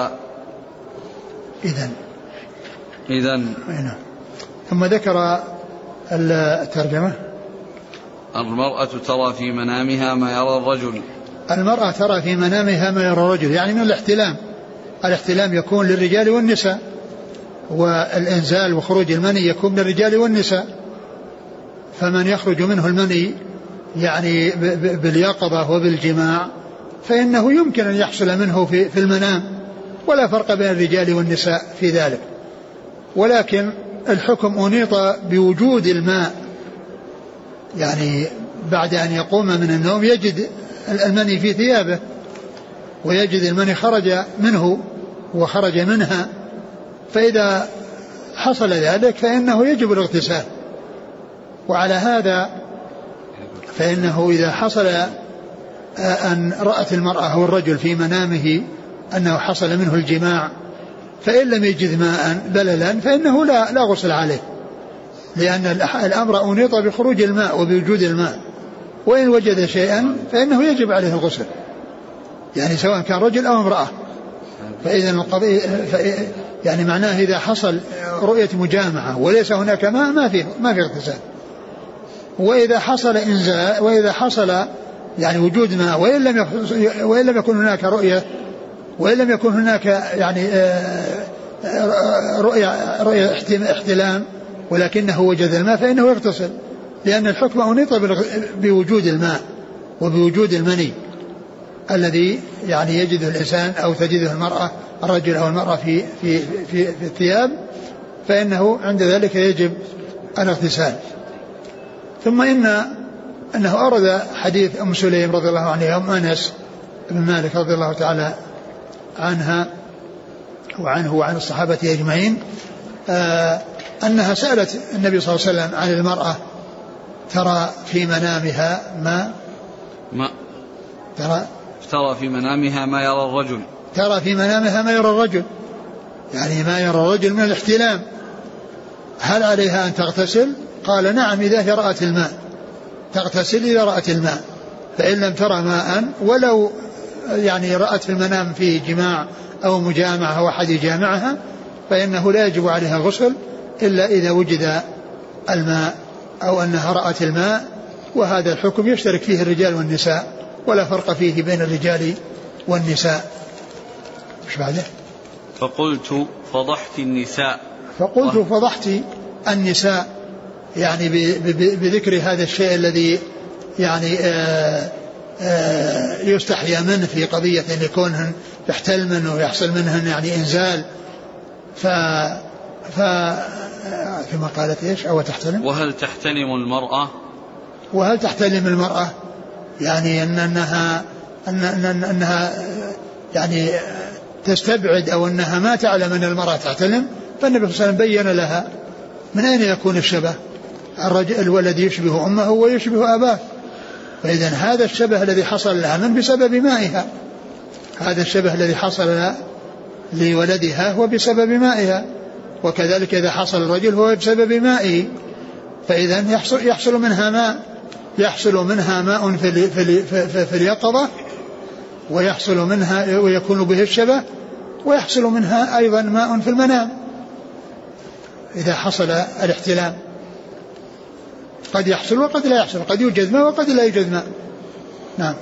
إذن. ثم ذكر الترجمة: المرأة ترى في منامها ما يرى الرجل. المرأة ترى في منامها ما يرى الرجل، يعني من الاحتلام يكون للرجال والنساء، والإنزال وخروج المني يكون للرجال والنساء، فمن يخرج منه المني يعني باليقظة وبالجماع فإنه يمكن أن يحصل منه في المنام، ولا فرق بين الرجال والنساء في ذلك، ولكن الحكم أنيط بوجود الماء، يعني بعد أن يقوم من النوم يجد المني في ثيابه ويجد المني خرج منه وخرج منها، فإذا حصل ذلك فإنه يجب الاغتسال. وعلى هذا فإنه إذا حصل أن رأت المرأة أو الرجل في منامه أنه حصل منه الجماع، فإن لم يجد ماء بللا فإنه لا غسل عليه، لأن الأمر أنيط بخروج الماء وبوجود الماء، وإن وجد شيئا فإنه يجب عليه الغسل، يعني سواء كان رجل أو امرأة. فإذا القضية يعني معناه إذا حصل رؤية مجامعة وليس هناك ماء ما في اغتسال، وإذا حصل إنزال، وإذا حصل يعني وجود ماء وإن لم يكن هناك رؤية، وإن لم يكن هناك يعني رؤية احتلام ولكنه وجد الماء فإنه يغتسل، لأن الحكم أنيط بوجود الماء وبوجود المني الذي يعني يجده الإنسان أو تجده المرأة، الرجل أو المرأة في الثياب، فإنه عند ذلك يجب الاغتسال. ثم أنه أورد حديث أم سليم رضي الله عنها أم أنس بن مالك رضي الله تعالى عنها وعنه وعن الصحابة أجمعين أنها سألت النبي صلى الله عليه وسلم عن المرأة ترى في منامها ترى في منامها ما يرى الرجل، ترى في منامها ما يرى الرجل، يعني ما يرى الرجل من الاحتلام، هل عليها أن تغتسل؟ قال نعم إذا رأت الماء، تغتسل إذا رأت الماء، فإن لم ترى ماء ولو يعني رأت في المنام فيه جماع أو مجامعة أو أحد جامعها فإنه لا يجب عليها غسل إلا إذا وجد الماء أو أنها رأت الماء. وهذا الحكم يشترك فيه الرجال والنساء ولا فرق فيه بين الرجال والنساء. مش بعده؟ فقلت فضحت النساء، فقلت فضحت النساء، يعني بذكر هذا الشيء الذي يعني يستحيا منه في قضية أن يكونهن يحتل منه ويحصل منهن يعني إنزال. كما قالت إيش أو تحتلم. وهل تحتلم المرأة؟ وهل تحتلم المرأة يعني أنها يعني تستبعد أو أنها ما تعلم أن المرأة تحتلم. فالنبي صلى الله عليه وسلم بين لها من أين يكون الشبه، الولد يشبه أمه ويشبه أباه، فإذا هذا الشبه الذي حصل لها من بسبب مائها، هذا الشبه الذي حصل لولدها هو بسبب مائها، وكذلك إذا حصل الرجل هو بسبب مائه. فإذا يحصل منها ماء في اليقظة، ويحصل منها ويكون به الشبه، ويحصل منها أيضا ماء في المنام إذا حصل الاحتلام. قد يحصل وقد لا يحصل، قد يوجد ماء وقد لا يوجد ماء. نعم.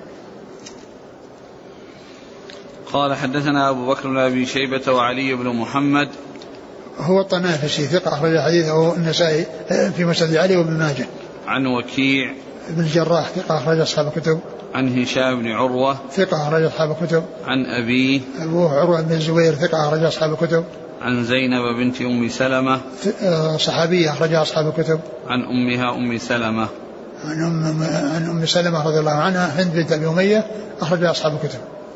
قال حدثنا أبو بكر بن أبي شيبة وعلي بن محمد هو الطنافسي ثقة أخرج حديثه النسائي في مسند علي وابن ماجه. عن وكيع بن الجراح ثقة أخرج أصحاب الكتب. عن هشام بن عروة ثقة أخرج أصحاب الكتب. عن أبيه أبوه عروة بن الزبير ثقة أخرج أصحاب الكتب. عن زينب بنت أم سلمة صحابية أخرج أصحاب الكتب. عن أمها أم سلمة عن أم سلمة رضي الله عنها هند بنت أبي أمية أخرج أصحاب الكتب.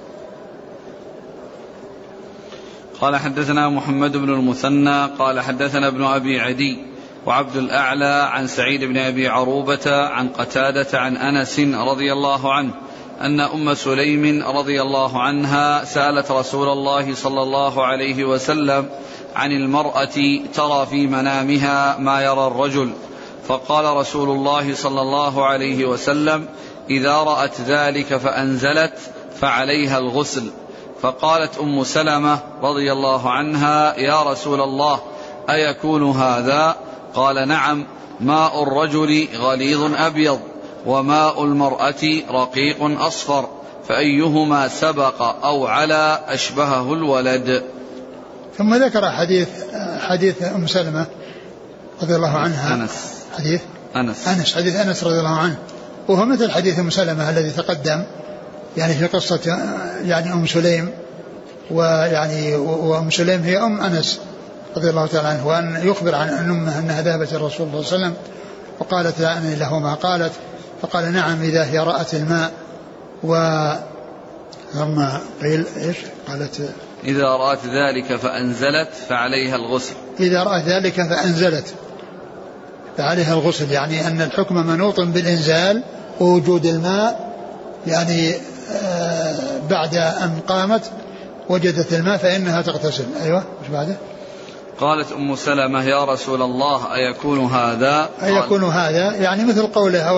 قال حدثنا محمد بن المثنى قال حدثنا ابن أبي عدي وعبد الأعلى عن سعيد بن أبي عروبة عن قتادة عن أنس رضي الله عنه أن أم سليم رضي الله عنها سألت رسول الله صلى الله عليه وسلم عن المرأة ترى في منامها ما يرى الرجل، فقال رسول الله صلى الله عليه وسلم إذا رأت ذلك فأنزلت فعليها الغسل. فقالت أم سلمة رضي الله عنها يا رسول الله أيكون هذا؟ قال نعم، ماء الرجل غليظ أبيض وماء المرأة رقيق أصفر، فأيهما سبق أو علا أشبهه الولد. ثم ذكر حديث أم سلمة رضي الله عنها. حديث أنس رضي الله عنه، وهو مثل حديث أم سلمة الذي تقدم يعني في قصة يعني أم سليم، ويعني وأم سليم هي أم أنس رضي الله تعالى عنه، وأن يخبر عن أمه أنها ذهبت الرسول صلى الله عليه وسلم وقالت يعني له ما قالت، فقال نعم إذا هي رأت الماء. ثم قيل إيش؟ قالت إذا رأت ذلك فأنزلت فعليها الغسل. إذا رأت ذلك فأنزلت فعليها الغسل، يعني أن الحكم منوط بالإنزال ووجود الماء، يعني بعد أن قامت وجدت الماء فإنها تغتسل. أيوة مش بعده؟ قالت أم سلمة يا رسول الله أيكون هذا؟ أيكون هذا يعني مثل قوله أو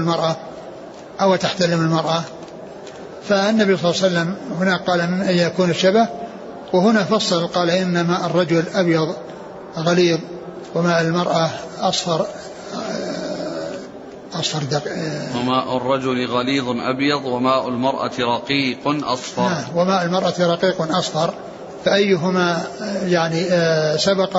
تحتلم المرأة. فالنبي صلى الله عليه وسلم هنا قال أن يكون الشبه، وهنا فصل قال إن ماء الرجل أبيض غليظ وماء المرأة أصفر وماء الرجل غليظ أبيض وماء المرأة رقيق أصفر. وماء المرأة رقيق أصفر، فأيهما يعني سبق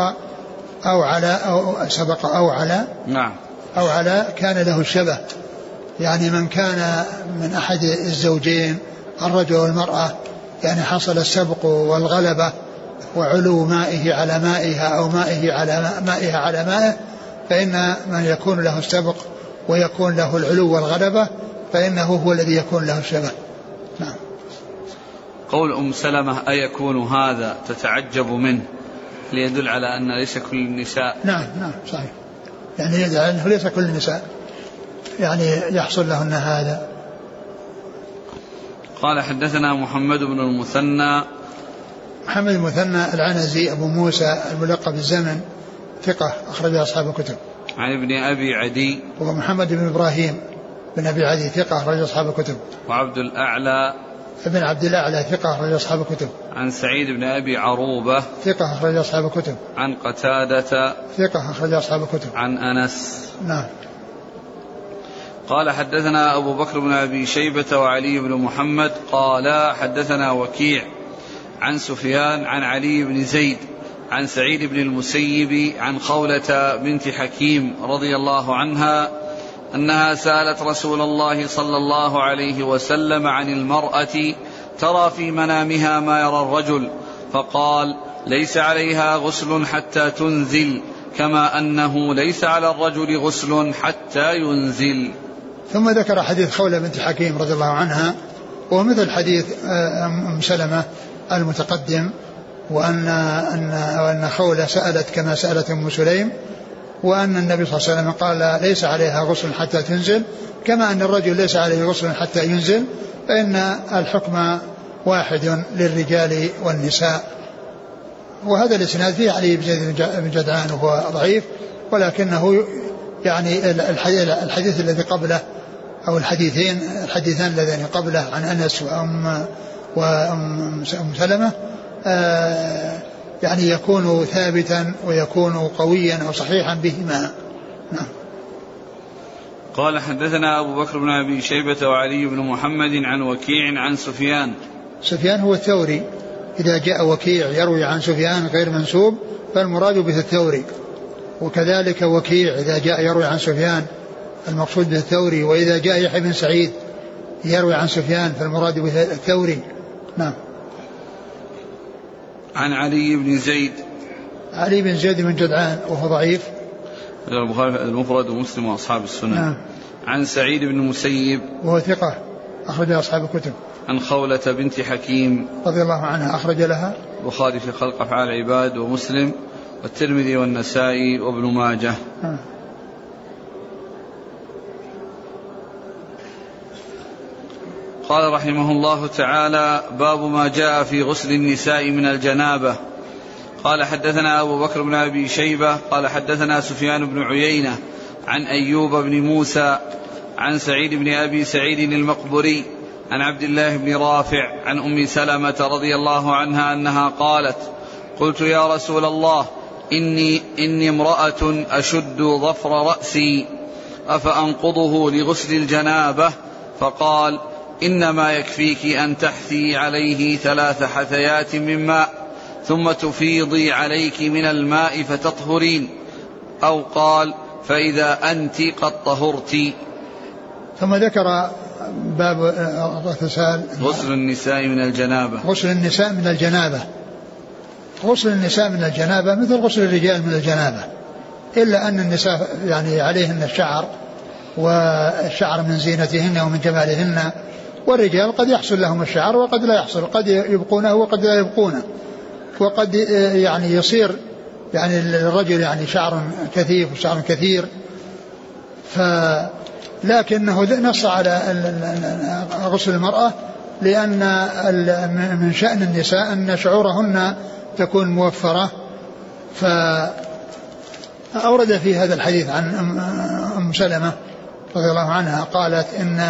أو علا نعم أو علا كان له الشبه، يعني من كان من أحد الزوجين الرجل والمرأة يعني حصل السبق والغلبة وعلو مائه على مائها أو مائها على مائه، فإن من يكون له السبق ويكون له العلو والغلبة فإنه هو الذي يكون له الشبه. نعم. قول أم سلمة أيكون هذا تتعجب منه ليدل على أن ليس كل النساء. نعم صحيح، يعني يدل على أنه ليس كل النساء يعني يحصل لهن هذا. قال حدثنا محمد بن المثنى. محمد المثنى العنزي أبو موسى الملقب بالزمن ثقة أخرج أصحاب الكتب. عن ابن أبي عدي وهو محمد بن إبراهيم بن أبي عدي ثقة أخرج أصحاب الكتب. وعبد الأعلى ابن عبد الأعلى ثقة أخرج أصحاب الكتب. عن سعيد بن أبي عروبة ثقة أخرج أصحاب الكتب. عن قتادة ثقة أخرج أصحاب الكتب. عن أنس. نعم. قال حدثنا أبو بكر بن أبي شيبة وعلي بن محمد قال حدثنا وكيع عن سفيان عن علي بن زيد عن سعيد بن المسيب عن خولة بنت حكيم رضي الله عنها أنها سألت رسول الله صلى الله عليه وسلم عن المرأة ترى في منامها ما يرى الرجل فقال ليس عليها غسل حتى تنزل كما أنه ليس على الرجل غسل حتى ينزل. ثم ذكر حديث خولة بنت حكيم رضي الله عنها ومثل حديث أم سلمة المتقدم وأن خولة سألت كما سألت أم سليم وأن النبي صلى الله عليه وسلم قال ليس عليها غسل حتى تنزل كما أن الرجل ليس عليه غسل حتى ينزل فإن الحكم واحد للرجال والنساء. وهذا الإسناد فيه علي بن جدعان وهو ضعيف ولكنه يعني الحديث الذي قبله أو الحديثان اللذين قبله عن أنس وأم سلمة يعني يكون ثابتا ويكون قويا أو صحيحا بهما. نعم. قال حدثنا أبو بكر بن أبي شيبة وعلي بن محمد عن وكيع عن سفيان. سفيان هو الثوري، إذا جاء وكيع يروي عن سفيان غير منسوب فالمراد به الثوري، وكذلك وكيع إذا جاء يروي عن سفيان المقصود به الثوري، وإذا جاء يحيى بن سعيد يروي عن سفيان فالمراد به الثوري. نعم. عن علي بن زيد. علي بن زيد بن جدعان وهو ضعيف، البخاري المفرد ومسلم وأصحاب السنن. نعم. عن سعيد بن المسيب وهو ثقة أخرج أصحاب الكتب. عن خولة بنت حكيم رضي الله عنها أخرج لها البخاري في خلق أفعال العباد ومسلم والترمذي والنسائي وابن ماجه. قال رحمه الله تعالى باب ما جاء في غسل النساء من الجنابة. قال حدثنا أبو بكر بن أبي شيبة قال حدثنا سفيان بن عيينة عن أيوب بن موسى عن سعيد بن أبي سعيد المقبري عن عبد الله بن رافع عن أم سلمة رضي الله عنها أنها قالت قلت يا رسول الله إني امرأة أشد ظفر رأسي أفأنقضه لغسل الجنابة؟ فقال إنما يكفيك أن تحثي عليه 3 حثيات من ماء ثم تفيضي عليك من الماء فتطهرين، أو قال فإذا أنت قد طهرت. ثم ذكر باب غسل النساء من الجنابة. غسل النساء من الجنابة. غسل النساء من الجنابة مثل غسل الرجال من الجنابة، إلا أن النساء يعني عليهن الشعر، والشعر من زينتهن ومن جمالهن، والرجال قد يحصل لهم الشعر وقد لا يحصل، قد يبقونه وقد لا يبقونه، وقد يعني يصير يعني الرجل يعني شعر كثيف وشعر كثير، لكنه نص على غسل المرأة لأن من شأن النساء أن شعورهن تكون موفرة. فأورد في هذا الحديث عن أم سلمة رضي الله عنها قالت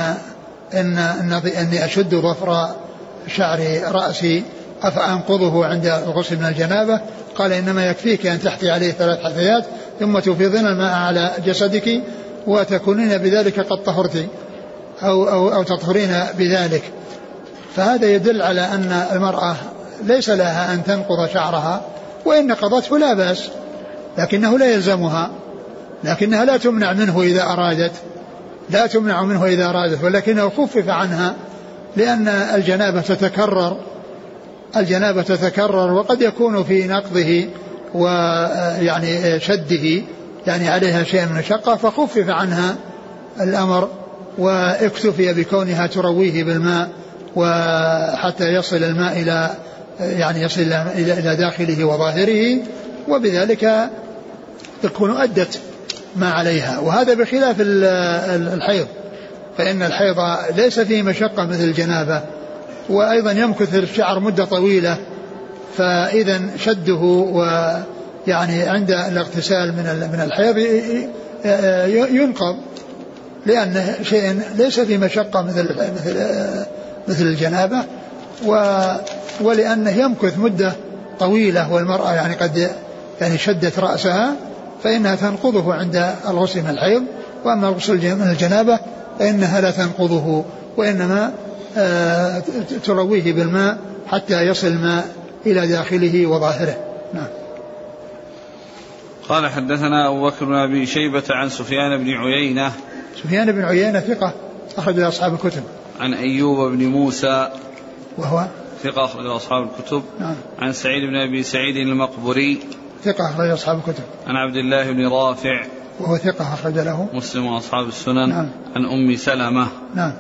إني أشد ظفر شعر رأسي أفأنقضه عند الغسل من الجنابة؟ قال إنما يكفيك أن تحثي عليه 3 حثيات ثم تفيضين الماء على جسدك وتكونين بذلك قد طهرت أو تطهرين بذلك. فهذا يدل على أن المرأة ليس لها أن تنقض شعرها، وإن قضته لا بأس، لكنه لا يلزمها، لكنها لا تمنع منه إذا أرادت، لا تمنع منه إذا أرادت، ولكنه خفف عنها لأن الجنابة تتكرر وقد يكون في نقضه ويعني شده يعني عليها شيء من المشقة فخفف عنها الأمر واكتفي بكونها ترويه بالماء وحتى يصل الماء إلى يعني يصل إلى داخله وظاهره، وبذلك تكون أدت ما عليها. وهذا بخلاف الحيض، فإن الحيض ليس فيه مشقة مثل الجنابة، وأيضا يمكث الشعر مدة طويلة، فإذا شده ويعني عند الاغتسال من الحيض ينقض، لأنه شيء ليس فيه مشقة مثل الجنابة، ولأنه يمكث مدة طويلة، والمرأة يعني قد يعني شدت رأسها فإنها تنقضه عند الغسل من الحيض، وأما الغسل من الجنابة فإنها لا تنقضه، وإنما ترويه بالماء حتى يصل الماء إلى داخله وظاهره. نعم. قال حدثنا أبو بكر بن أبي شيبة عن سفيان بن عيينة. سفيان بن عيينة ثقة أخرج له أصحاب الكتب. عن أيوب بن موسى وهو ثقة أخرج له أصحاب الكتب. نعم. عن سعيد بن أبي سعيد المقبري ثقة أخرج له أصحاب الكتب. عن عبد الله بن رافع وهو ثقة أخرج له مسلم وأصحاب السنن. نعم. عن أم سلمة. نعم.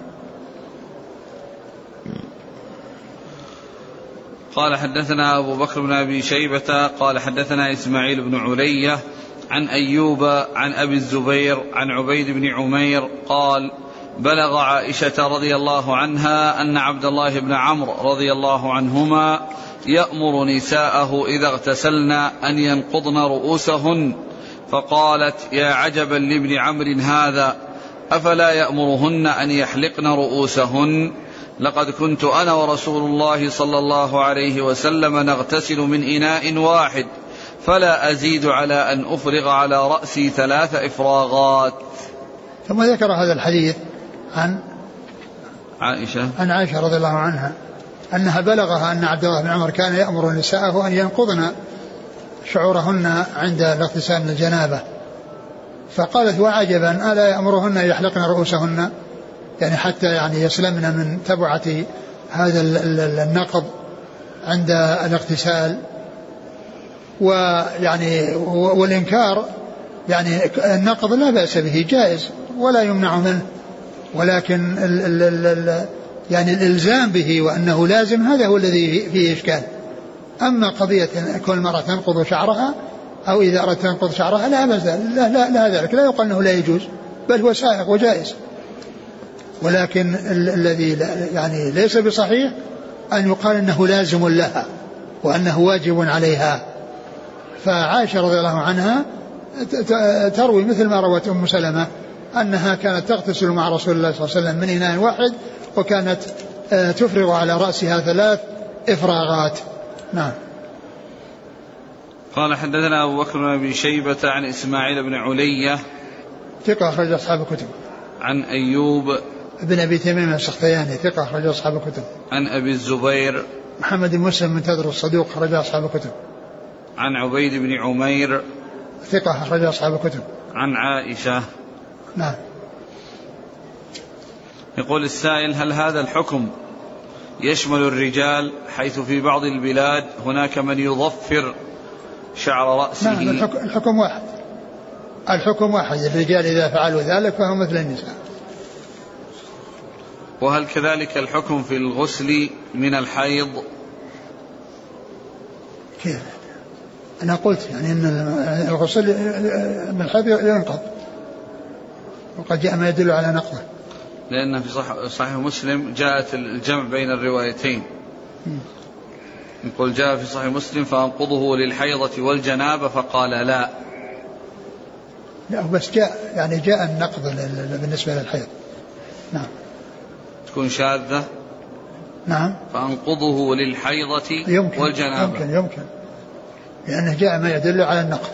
قال حدثنا أبو بكر بن أبي شيبة قال حدثنا إسماعيل بن علية عن أيوب عن أبي الزبير عن عبيد بن عمير قال بلغ عائشة رضي الله عنها أن عبد الله بن عمرو رضي الله عنهما يأمر نساءه إذا اغتسلن أن ينقضن رؤوسهن، فقالت يا عجبا لابن عمرو هذا، أفلا يأمرهن أن يحلقن رؤوسهن؟ لقد كنت أنا ورسول الله صلى الله عليه وسلم نغتسل من إناء واحد، فلا أزيد على أن أفرغ على رأسي 3 إفراغات. ثم ذكر هذا الحديث عن عائشة رضي الله عنها أنها بلغها أن عبد الله بن عمر كان يأمر نساءه أن ينقضن شعورهن عند الاغتسال من الجنابة، فقالت وعجبا ألا يأمرهن يحلقن رؤوسهن، يعني حتى يعني يسلمن من تبعة هذا النقض عند الاغتسال. ويعني والإنكار يعني النقض لا بأس به جائز ولا يمنع منه، ولكن يعني الإلزام به وأنه لازم هذا هو الذي فيه إشكال. أما قضية كل مرة تنقض شعرها أو إذا أردت تنقض شعرها لا بأس، لا ذلك لا يقال أنه لا يجوز، بل هو سائغ وجائز، ولكن الذي يعني ليس بصحيح أن يقال أنه لازم لها وأنه واجب عليها. فعائشة رضي الله عنها تروي مثل ما روت أم سلمة أنها كانت تغتسل مع رسول الله صلى الله عليه وسلم من إناء واحد، وكانت تفرغ على رأسها 3 إفراغات. نعم. قال حدثنا أبو بكر بن أبي شيبة عن إسماعيل بن علية ثقة أخرج أصحاب الكتب. عن أيوب بن أبي تميم السختياني ثقة أخرج أصحاب الكتب. عن أبي الزبير محمد بن مسلم منتظر الصدوق أخرج أصحاب الكتب. عن عبيد بن عمير ثقة أخرج أصحاب الكتب. عن عائشة. نعم. يقول السائل هل هذا الحكم يشمل الرجال، حيث في بعض البلاد هناك من يضفر شعر رأسه؟ نعم. الحكم واحد، الرجال إذا فعلوا ذلك فهم مثل النساء. وهل كذلك الحكم في الغسل من الحيض؟ كيف؟ أنا قلت يعني أن الغسل من الحيض ينقض، وقد جاء ما يدل على نقضه، لأن في صحيح مسلم جاءت الجمع بين الروايتين. يقول جاء في صحيح مسلم فأنقضه للحيضة والجنابة، فقال لا بس جاء النقض بالنسبة للحيض. نعم. تكون شاذة. نعم. فأنقضه للحيضة والجنابة يمكن لأنه جاء ما يدل على النقض.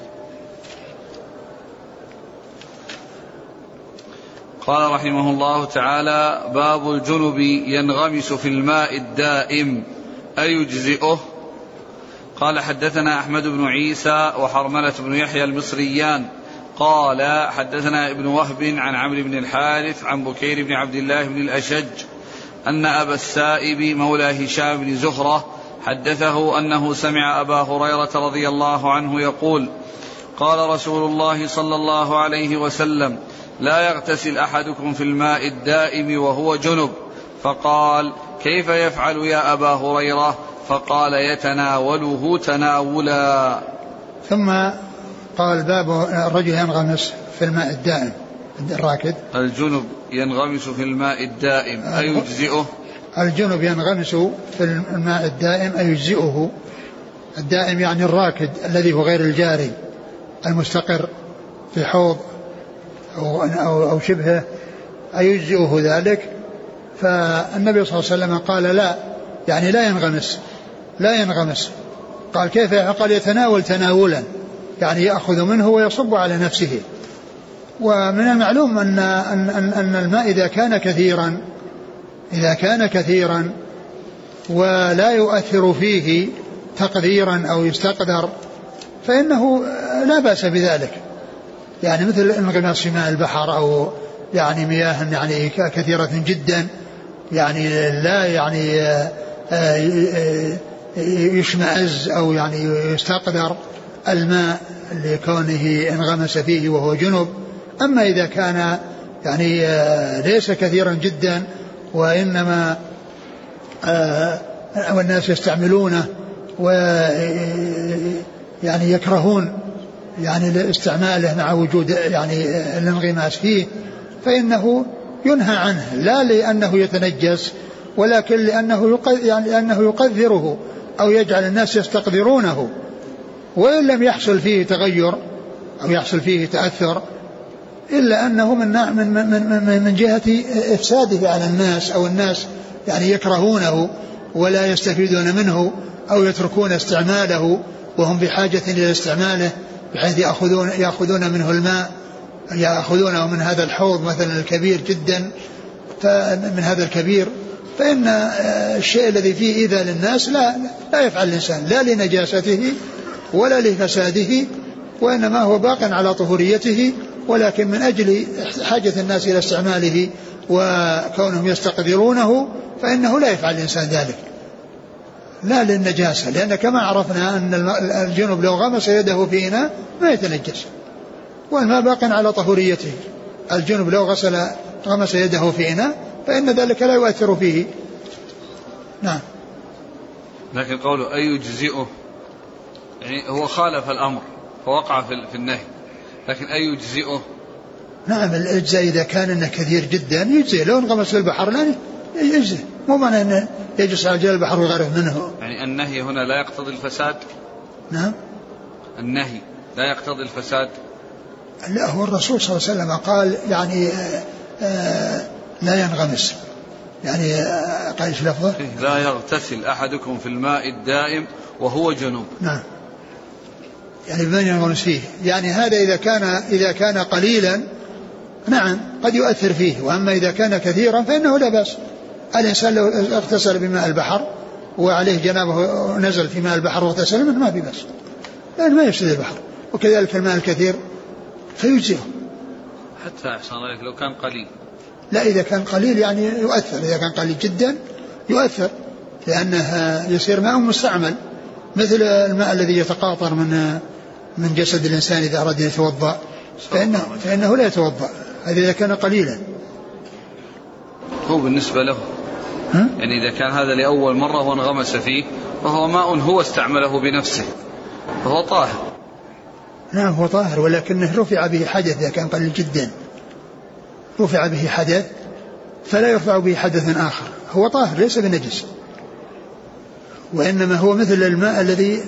قال رحمه الله تعالى باب الجنب ينغمس في الماء الدائم أيجزئه؟ قال حدثنا أحمد بن عيسى وحرملة بن يحيى المصريان قال حدثنا ابن وهب عن عمرو بن الحارث عن بكير بن عبد الله بن الأشج أن أبا السائب مولى هشام بن زهرة حدثه أنه سمع أبا هريرة رضي الله عنه يقول قال رسول الله صلى الله عليه وسلم: لا يغتسل أحدكم في الماء الدائم وهو جنب. فقال: كيف يفعل يا أبا هريرة؟ فقال: يتناوله تناولا. ثم قال: باب الرجل ينغمس في الماء الدائم الراكد. الجنب ينغمس في الماء الدائم أيجزئه؟ الجنب ينغمس في الماء الدائم أيجزئه. الدائم يعني الراكد الذي هو غير الجاري المستقر في حوض أو شبهه أيجزئه ذلك. فالنبي صلى الله عليه وسلم قال: لا، يعني لا ينغمس. قال: كيف؟ قال: يتناول تناولا، يعني يأخذ منه ويصب على نفسه. ومن المعلوم أن الماء إذا كان كثيرا ولا يؤثر فيه تقديرا أو يستقدر فإنه لا بأس بذلك، يعني مثل الانغماس في ماء البحر أو يعني مياه يعني كثيرة جدا، يعني لا يعني يشمئز أو يعني يستقدر الماء لكونه انغمس فيه وهو جنب. أما إذا كان يعني ليس كثيرا جدا وإنما والناس يستعملونه ويعني يكرهون يعني استعماله مع وجود يعني الانغماس فيه، فإنه ينهى عنه، لا لأنه يتنجس ولكن لأنه يقذره أو يجعل الناس يستقذرونه. وإن لم يحصل فيه تغير أو يحصل فيه تأثر إلا أنه من جهة إفساده على الناس أو الناس يعني يكرهونه ولا يستفيدون منه أو يتركون استعماله وهم بحاجة إلى استعماله، بحيث يأخذون منه الماء، يأخذونه من هذا الحوض مثلا الكبير جدا، من هذا الكبير، فإن الشيء الذي فيه إيذاء للناس لا يفعل الإنسان لا لنجاسته ولا لفساده، وإنما هو باق على طهوريته، ولكن من أجل حاجة الناس إلى استعماله وكونهم يستقدرونه فإنه لا يفعل الإنسان ذلك لا للنجاسة، لأن كما عرفنا أن الجنب لو غمس يده في إناء ما يتنجس والماء باق على طهوريته. الجنب لو غمس يده في إناء فإن ذلك لا يؤثر فيه. نعم. لكن قوله أي يجزئه يعني هو خالف الأمر فوقع في النهي، لكن أي يجزئه؟ نعم الإجزاء إذا كان إنه كثير جدا يجزئ، لو انغمس في البحر لا يجزئ، مو معنى أنه يجلس على جل البحر ويغرف منه. يعني النهي هنا لا يقتضي الفساد؟ نعم النهي لا يقتضي الفساد. لا، هو الرسول صلى الله عليه وسلم قال يعني لا ينغمس، يعني قال ايش لفظه؟ لا يغتسل أحدكم في الماء الدائم وهو جنوب. نعم، يعني بمن ينغمس فيه، يعني هذا إذا كان قليلا نعم قد يؤثر فيه، وأما إذا كان كثيرا فإنه لا بأس. الإنسان لو اغتسل بماء البحر وعليه جنابه نزل في ماء البحر واغتسل منه ما في بأس، لأنه ما يفسد البحر. وكذلك الماء الكثير فيجزئه حتى أحسن عليك لو كان قليل. لا، إذا كان قليل يعني يؤثر، إذا كان قليل جدا يؤثر، لأنه يصير ماء مستعمل، مثل الماء الذي يتقاطر من جسد الإنسان إذا أراد يتوضأ فإنه لا يتوضأ، هذا إذا كان قليلا. هو بالنسبة له يعني إذا كان هذا لأول مرة وانغمس فيه فهو ماء هو استعمله بنفسه فهو طاهر. نعم هو طاهر، ولكنه رفع به حدث، إذا كان قليل جدا رفع به حدث فلا يرفع به حدث آخر، هو طاهر ليس بنجس، وإنما هو مثل الماء الذي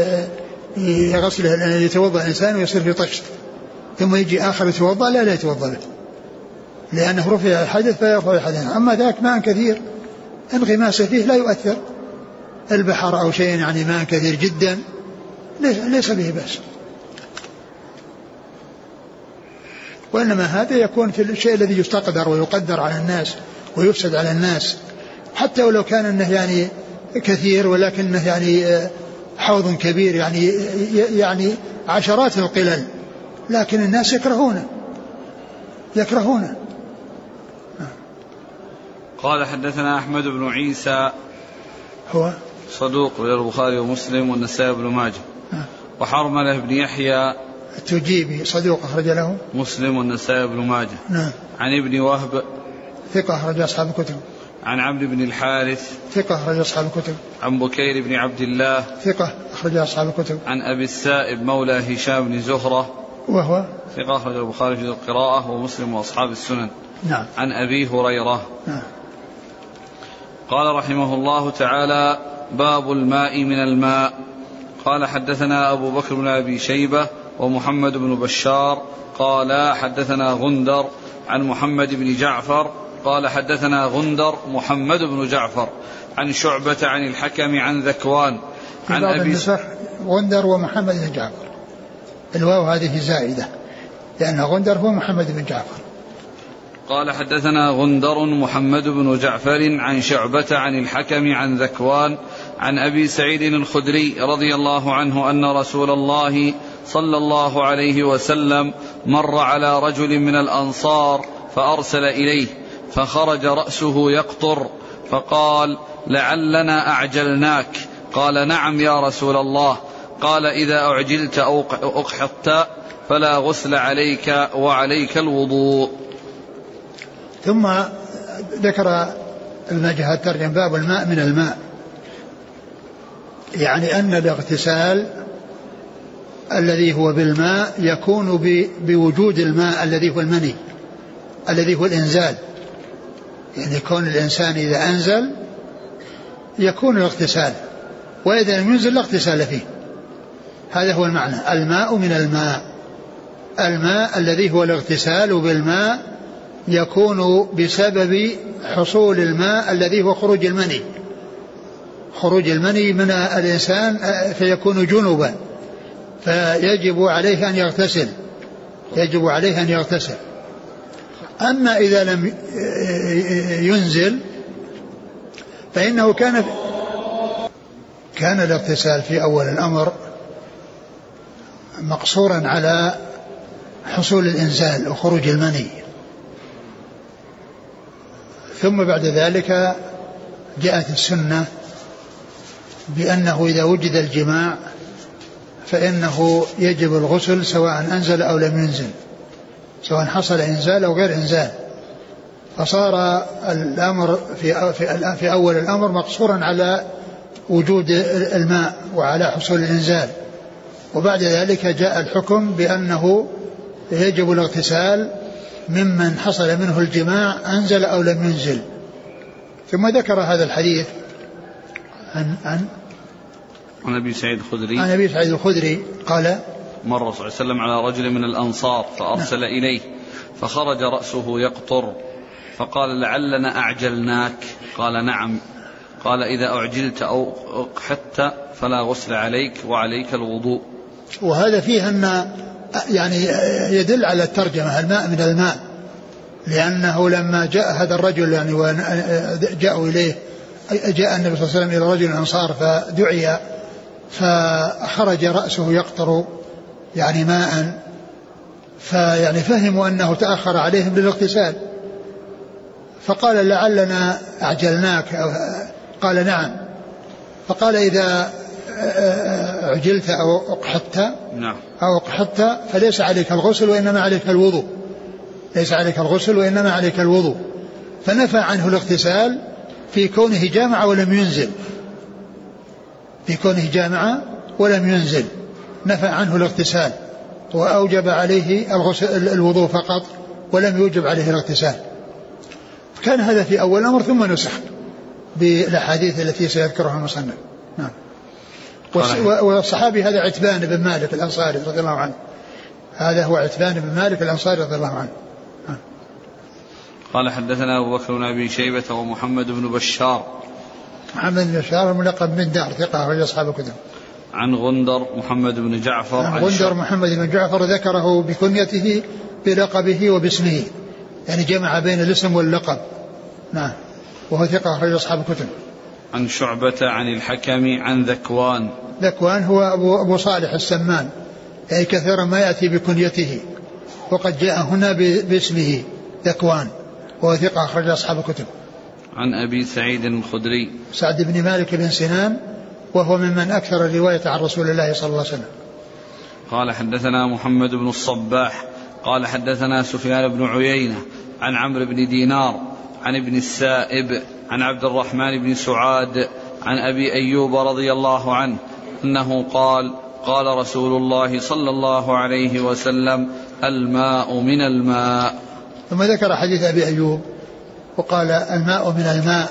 يغسله يتوضأ الإنسان ويصير في طشت ثم يجي آخر يتوضأ لا يتوضأ به، لأنه رفع الحدث فيرفع الحدث. أما ذاك ماء كثير انغماس فيه لا يؤثر، البحر أو شيء يعني ماء كثير جدا ليس به بأس، وإنما هذا يكون في الشيء الذي يستقدر ويقدر على الناس ويفسد على الناس، حتى ولو كان انه يعني كثير ولكنه يعني حوض كبير يعني عشرات القلل، لكن الناس يكرهونه. قال حدثنا أحمد بن عيسى هو صدوق رواه البخاري ومسلم والنسائي بن ماجه، وحرملة بن يحيى التجيبي صدوق أخرج له مسلم والنسائي بن ماجه. نعم. عن ابن وهب ثقة أخرج أصحاب الكتب. عن عمرو بن الحارث ثقة أخرج أصحاب الكتب. عن بكير بن عبد الله ثقة أخرج أصحاب الكتب. عن أبي السائب مولى هشام بن زهرة وهو ثقة أخرج البخاري في القراءة ومسلم وأصحاب السنن. نعم. عن أبي هريرة. نعم. قال رحمه الله تعالى: باب الماء من الماء. قال حدثنا أبو بكر بن أبي شيبة ومحمد بن بشار قال حدثنا غندر عن محمد بن جعفر قال حدثنا غندر محمد بن جعفر عن شعبة عن الحكم عن ذكوان عن أبي غندر ومحمد بن جعفر، الواو هذه زائدة لأن غندر هو محمد بن جعفر. قال حدثنا غندر محمد بن جعفر عن شعبة عن الحكم عن ذكوان عن أبي سعيد الخدري رضي الله عنه أن رسول الله صلى الله عليه وسلم مر على رجل من الأنصار فأرسل إليه فخرج رأسه يقطر فقال: لعلنا أعجلناك. قال: نعم يا رسول الله. قال: إذا أعجلت أو أقحطت فلا غسل عليك وعليك الوضوء. ثم ذكر المجهد الترجم باب الماء من الماء، يعني أن الاغتسال الذي هو بالماء يكون بوجود الماء الذي هو المني الذي هو الإنزال، يعني يكون الإنسان إذا أنزل يكون الاغتسال، وإذا لم ينزل لا اغتسال فيه. هذا هو المعنى، الماء من الماء. الماء الذي هو الاغتسال بالماء يكون بسبب حصول الماء الذي هو خروج المني، خروج المني من الإنسان فيكون جنوبا، فيجب عليه أن يغتسل، يجب عليه أن يغتسل. أما إذا لم ينزل فإنه كان الاغتسال في أول الأمر مقصورا على حصول الإنزال وخروج المني، ثم بعد ذلك جاءت السنة بأنه إذا وجد الجماع فإنه يجب الغسل سواء أنزل أو لم ينزل، سواء حصل إنزال أو غير إنزال. فصار الأمر في أول الأمر مقصورا على وجود الماء وعلى حصول الإنزال، وبعد ذلك جاء الحكم بأنه يجب الاغتسال ممن حصل منه الجماع أنزل أو لم ينزل. ثم ذكر هذا الحديث عن أبي سعيد الخدري عن أبي سعيد الخدري قال: مر صلى الله عليه وسلم على رجل من الأنصار فأرسل إليه فخرج رأسه يقطر فقال: لعلنا أعجلناك. قال: نعم. قال: إذا أعجلت أو أقحطت فلا غسل عليك وعليك الوضوء. وهذا فيه أن يعني يدل على الترجمة الماء من الماء، لأنه لما جاء هذا الرجل يعني جاءوا إليه، جاء النبي صلى الله عليه وسلم إلى رجل الأنصار فدعي فخرج رأسه يقطر يعني ماء، فيعني فهموا أنه تأخر عليهم للاغتسال، فقال: لعلنا أعجلناك. قال: نعم. فقال: إذا عجلت أو أقحطت فليس عليك الغسل وإنما عليك الوضوء، ليس عليك الغسل وإنما عليك الوضوء. فنفى عنه الاغتسال في كونه جامع ولم ينزل، في كونه جامع ولم ينزل نفى عنه الاغتسال، وأوجب عليه الوضوء فقط ولم يوجب عليه الاغتسال. كان هذا في أول الأمر ثم نسخ بالأحاديث التي سيذكرها المصنف. نعم. والصحابي هذا عتبان بن مالك الأنصاري رضي الله عنه، هذا هو عتبان بن مالك الأنصاري رضي الله عنه. قال: حدثنا أبو بكر بن أبي شيبة ومحمد بن بشار. محمد بن بشار الملقب بن دار ثقة رجل أصحاب الكتب. عن غندر محمد بن جعفر. عن غندر محمد بن جعفر ذكره بكنيته بلقبه وباسمه، يعني جمع بين الاسم واللقب. نعم. وهو ثقة رجل أصحاب الكتب. عن شعبة عن الحكم عن ذكوان. ذكوان هو أبو صالح السمان، يعني كثيرا ما يأتي بكنيته، وقد جاء هنا باسمه ذكوان، وهو ثقة أخرج أصحاب الكتب. عن أبي سعيد الخدري سعد بن مالك بن سنان، وهو ممن أكثر الرواية عن رسول الله صلى الله عليه وسلم. قال حدثنا محمد بن الصباح قال حدثنا سفيان بن عيينة عن عمرو بن دينار عن ابن السائب عن عبد الرحمن بن سعاد عن أبي أيوب رضي الله عنه أنه قال قال رسول الله صلى الله عليه وسلم الماء من الماء. ثم ذكر حديث أبي أيوب وقال الماء من الماء،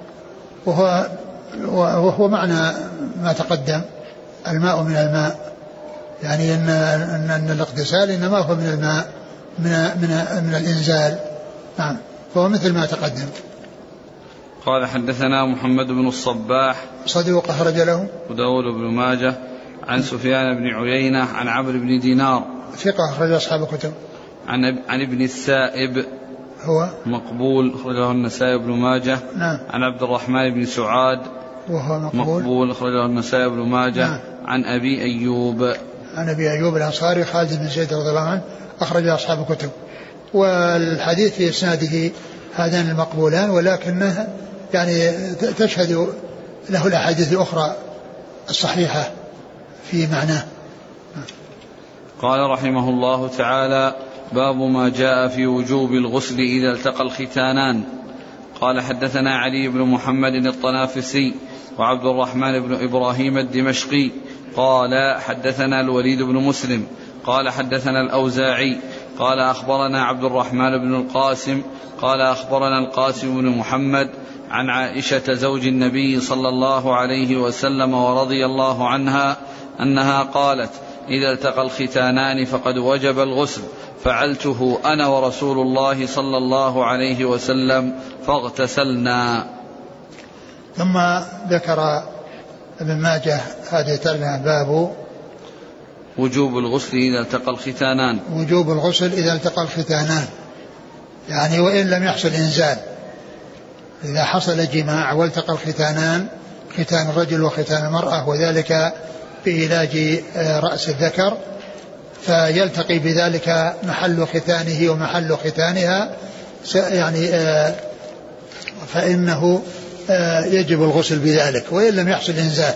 وهو معنى ما تقدم، الماء من الماء، يعني أن الاغتسال إنما هو من الماء من الإنزال. نعم، فهو مثل ما تقدم. قال حدثنا محمد بن الصباح صدوق أخرج له أبو داود بن ماجه عن سفيان بن عيينة عن عمرو بن دينار ثقة أخرج أصحاب الكتب. عن ابن السائب هو مقبول أخرجه النسائي بن ماجه. نعم. عن عبد الرحمن بن سعاد وهو مقبول أخرجه النسائي بن ماجه. نعم. عن أبي أيوب عن أبي أيوب الأنصاري خالد بن زيد رضي الله عنه أخرج أصحاب الكتب. والحديث في إسناده هذان المقبولان، ولكنه يعني تشهد له الأحاديث الأخرى الصحيحة في معناه. قال رحمه الله تعالى باب ما جاء في وجوب الغسل إذا التقى الختانان. قال حدثنا علي بن محمد الطنافسي وعبد الرحمن بن إبراهيم الدمشقي قال حدثنا الوليد بن مسلم قال حدثنا الأوزاعي قال أخبرنا عبد الرحمن بن القاسم قال أخبرنا القاسم بن محمد عن عائشة زوج النبي صلى الله عليه وسلم ورضي الله عنها أنها قالت إذا التقى الختانان فقد وجب الغسل، فعلته أنا ورسول الله صلى الله عليه وسلم فاغتسلنا. ثم ذكر ابن ماجه هذه الترجمة باب وجوب الغسل إذا التقى الختانان. وجوب الغسل إذا التقى الختانان، يعني وإن لم يحصل إنزال، إذا حصل جماع والتقى الختانان، ختان الرجل وختان المرأة، وذلك بعلاج رأس الذكر، فيلتقي بذلك محل ختانه ومحل ختانها، يعني فإنه يجب الغسل بذلك وإن لم يحصل إنزال.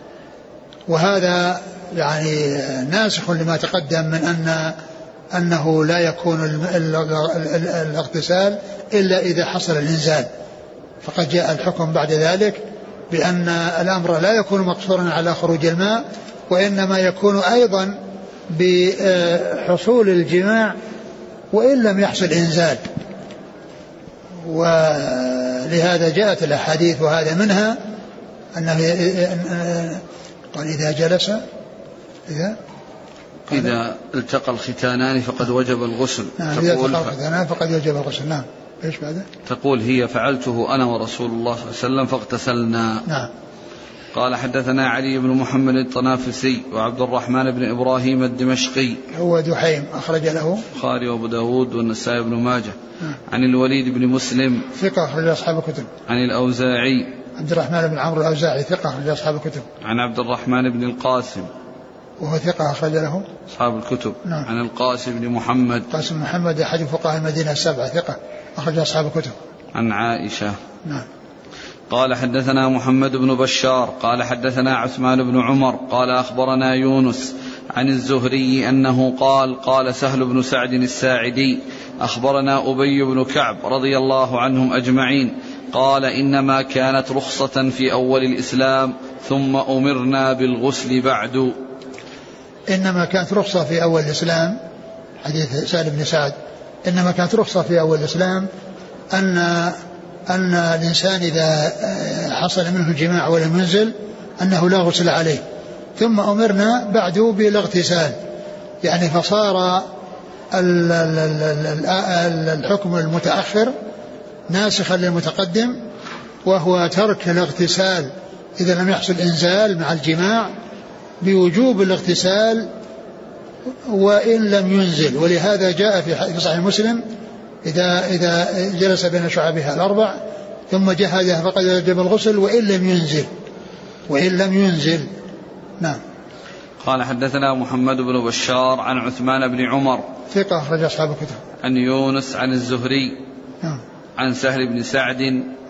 وهذا يعني ناسخ لما تقدم من أنه لا يكون الاغتسال إلا إذا حصل الإنزال، فقد جاء الحكم بعد ذلك بأن الأمر لا يكون مقصورا على خروج الماء، وإنما يكون أيضا بحصول الجماع وإن لم يحصل إنزال. ولهذا جاءت الأحاديث، وهذا منها أنه قال إذا جلس إذا التقى الختانان فقد وجب الغسل. نعم، إذا التقى الختانان فقد وجب الغسل. نعم. إيش بعده؟ تقول هي فعلته أنا ورسول الله صلى الله عليه وسلم فاغتسلنا. نعم. قال حدثنا علي بن محمد الطنافسي وعبد الرحمن بن إبراهيم الدمشقي هو دحيم أخرج له البخاري وأبو داود والنسائي بن ماجه. عن الوليد بن مسلم ثقة أخرج أصحاب الكتب. عن الأوزاعي عبد الرحمن بن عمرو الأوزاعي ثقة أخرج أصحاب الكتب. عن عبد الرحمن بن القاسم وهو ثقة أخرج له أصحاب الكتب. نعم. عن القاسم بن محمد قاسم محمد أحد فقهاء المدينة السبعة ثقة أخرج أصحاب الكتب. عن عائشة. نعم. قال حدثنا محمد بن بشار قال حدثنا عثمان بن عمر قال أخبرنا يونس عن الزهري أنه قال سهل بن سعد الساعدي أخبرنا أبي بن كعب رضي الله عنهم أجمعين قال إنما كانت رخصة في أول الإسلام ثم أمرنا بالغسل بعد. إنما كانت رخصة في أول الإسلام، حديث سهل بن سعد، إنما كانت رخصة في أول الإسلام أن الإنسان إذا حصل منه جماع ولم ينزل أنه لا غسل عليه، ثم أمرنا بعد بالاغتسال، يعني فصار الحكم المتأخر ناسخا للمتقدم، وهو ترك الاغتسال إذا لم يحصل إنزال مع الجماع بوجوب الاغتسال وإن لم ينزل. ولهذا جاء في صحيح مسلم إذا جلس بين شعبها الأربع ثم جهدها فقد وجب الغسل وإن لم ينزل. نعم. قال حدثنا محمد بن بشار عن عثمان بن عمر ثقة أخرج أصحاب الكتب. عن يونس عن الزهري نعم. عن سهل بن سعد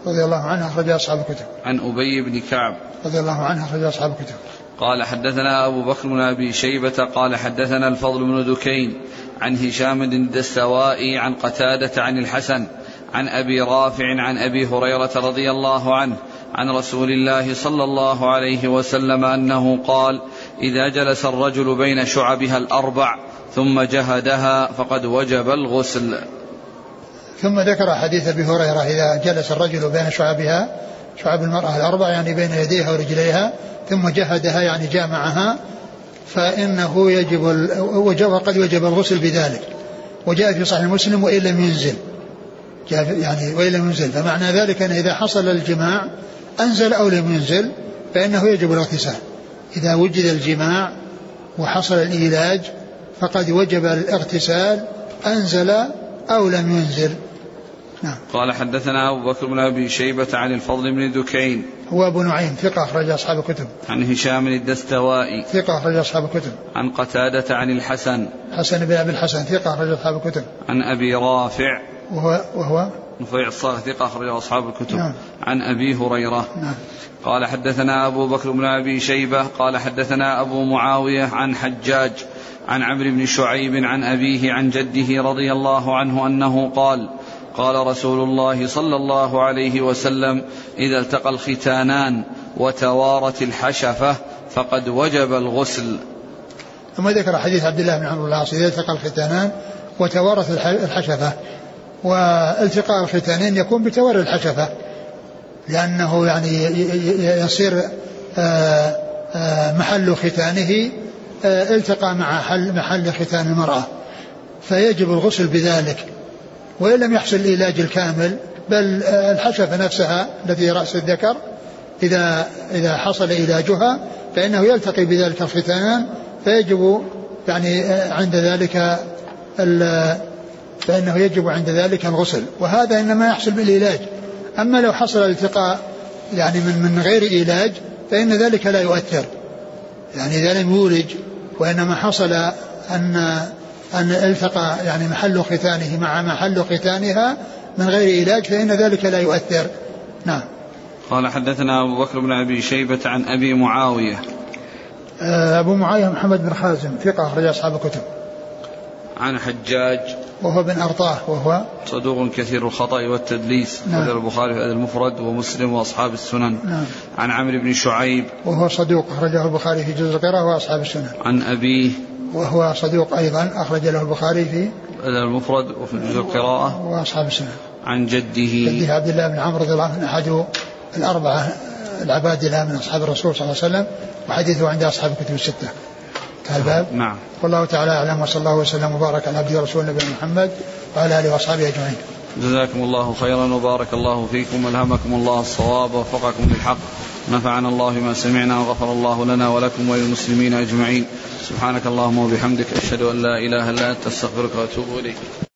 رضي الله عنه أخرج أصحاب الكتب. عن أبي بن كعب رضي الله عنه أخرج أصحاب الكتب. قال حدثنا أبو بكر بن أبي شيبة قال حدثنا الفضل بن دكين عن هشام الدستوائي عن قتادة عن الحسن عن أبي رافع عن أبي هريرة رضي الله عنه عن رسول الله صلى الله عليه وسلم أنه قال: إذا جلس الرجل بين شعبها الأربع ثم جهدها فقد وجب الغسل. ثم ذكر حديث أبي هريرة: إذا جلس الرجل بين شعبها، شعب المرأة الأربع يعني بين يديها ورجليها، ثم جهدها يعني جامعها، فإنه يجب وقد وجب الغسل بذلك. وجاء في صحيح مسلم: وإن لم ينزل، يعني وإن لم ينزل، فمعنى ذلك أن إذا حصل الجماع أنزل أو لم ينزل فإنه يجب الاغتسال. إذا وجد الجماع وحصل الإيلاج فقد وجب الاغتسال أنزل أو لم ينزل. نعم. قال حدثنا أبو بكر بن أبي شيبة عن الفضل بن دكين هو أبو نعيم ثقة أخرج أصحاب الكتب. عن هشام الدستوائي ثقة أخرج أصحاب الكتب. عن قتادة عن الحسن حسن بن أبي الحسن ثقة أخرج أصحاب الكتب. عن أبي رافع وهو نفيع الصالح ثقة أخرج أصحاب الكتب. نعم. عن أبي هريرة. نعم. قال حدثنا أبو بكر بن أبي شيبة قال حدثنا أبو معاوية عن حجاج عن عمرو بن شعيب عن أبيه عن جده رضي الله عنه أنه قال: قال رسول الله صلى الله عليه وسلم: إذا التقى الختانان وتوارت الحشفة فقد وجب الغسل. ثم ذكر حديث عبد الله بن عمرو بن العاص: إذا التقى الختانان وتوارت الحشفة. والتقاء الختانين يكون بتواري الحشفة، لأنه يعني يصير محل ختانه التقى مع محل ختان المرأة، فيجب الغسل بذلك. وإن لم يحصل العلاج الكامل، بل الحشفة نفسها التي رأس الذكر إذا حصل علاجها فإنه يلتقي بذلك الختانان، فيجب يعني عند ذلك الغسل. وهذا إنما يحصل بالعلاج. أما لو حصل الالتقاء يعني من غير علاج فإن ذلك لا يؤثر، يعني إذا لم يولج وإنما حصل أن التقى يعني محل ختانه مع محل ختانها من غير علاج فإن ذلك لا يؤثر. نعم. قال حدثنا أبو بكر بن أبي شيبة عن أبي معاوية. أبو معاوية محمد بن خازم ثقة أخرج أصحاب الكتب. عن حجاج وهو بن أرطاه وهو صدوق كثير الخطأ والتدليس. نعم. أخرجه البخاري في المفرد ومسلم وأصحاب السنن. نعم. عن عمرو بن شعيب وهو صدوق أخرجه البخاري في جزء القراءة وأصحاب السنن. عن أبيه وهو صدوق أيضا أخرج له البخاري في المفرد وفي جزء القراءة وأصحاب السنن. عن جده عبد الله بن عمرو رضي الله عنه أحد الأربعة العبادلة من أصحاب الرسول صلى الله عليه وسلم، وحديثه عند أصحاب الكتب الستة كالباب. نعم. والله تعالى أعلم، وصلى الله وسلم وبارك على عبده ورسوله نبينا محمد وعلى آله وأصحابه أجمعين. جزاكم الله خيرا وبارك الله فيكم والهمكم الله الصواب ووفقكم للحق، نفعنا الله بما سمعنا وغفر الله لنا ولكم وللمسلمين أجمعين. سبحانك اللهم وبحمدك أشهد أن لا إله إلا أنت أستغفرك وأتوب إليك.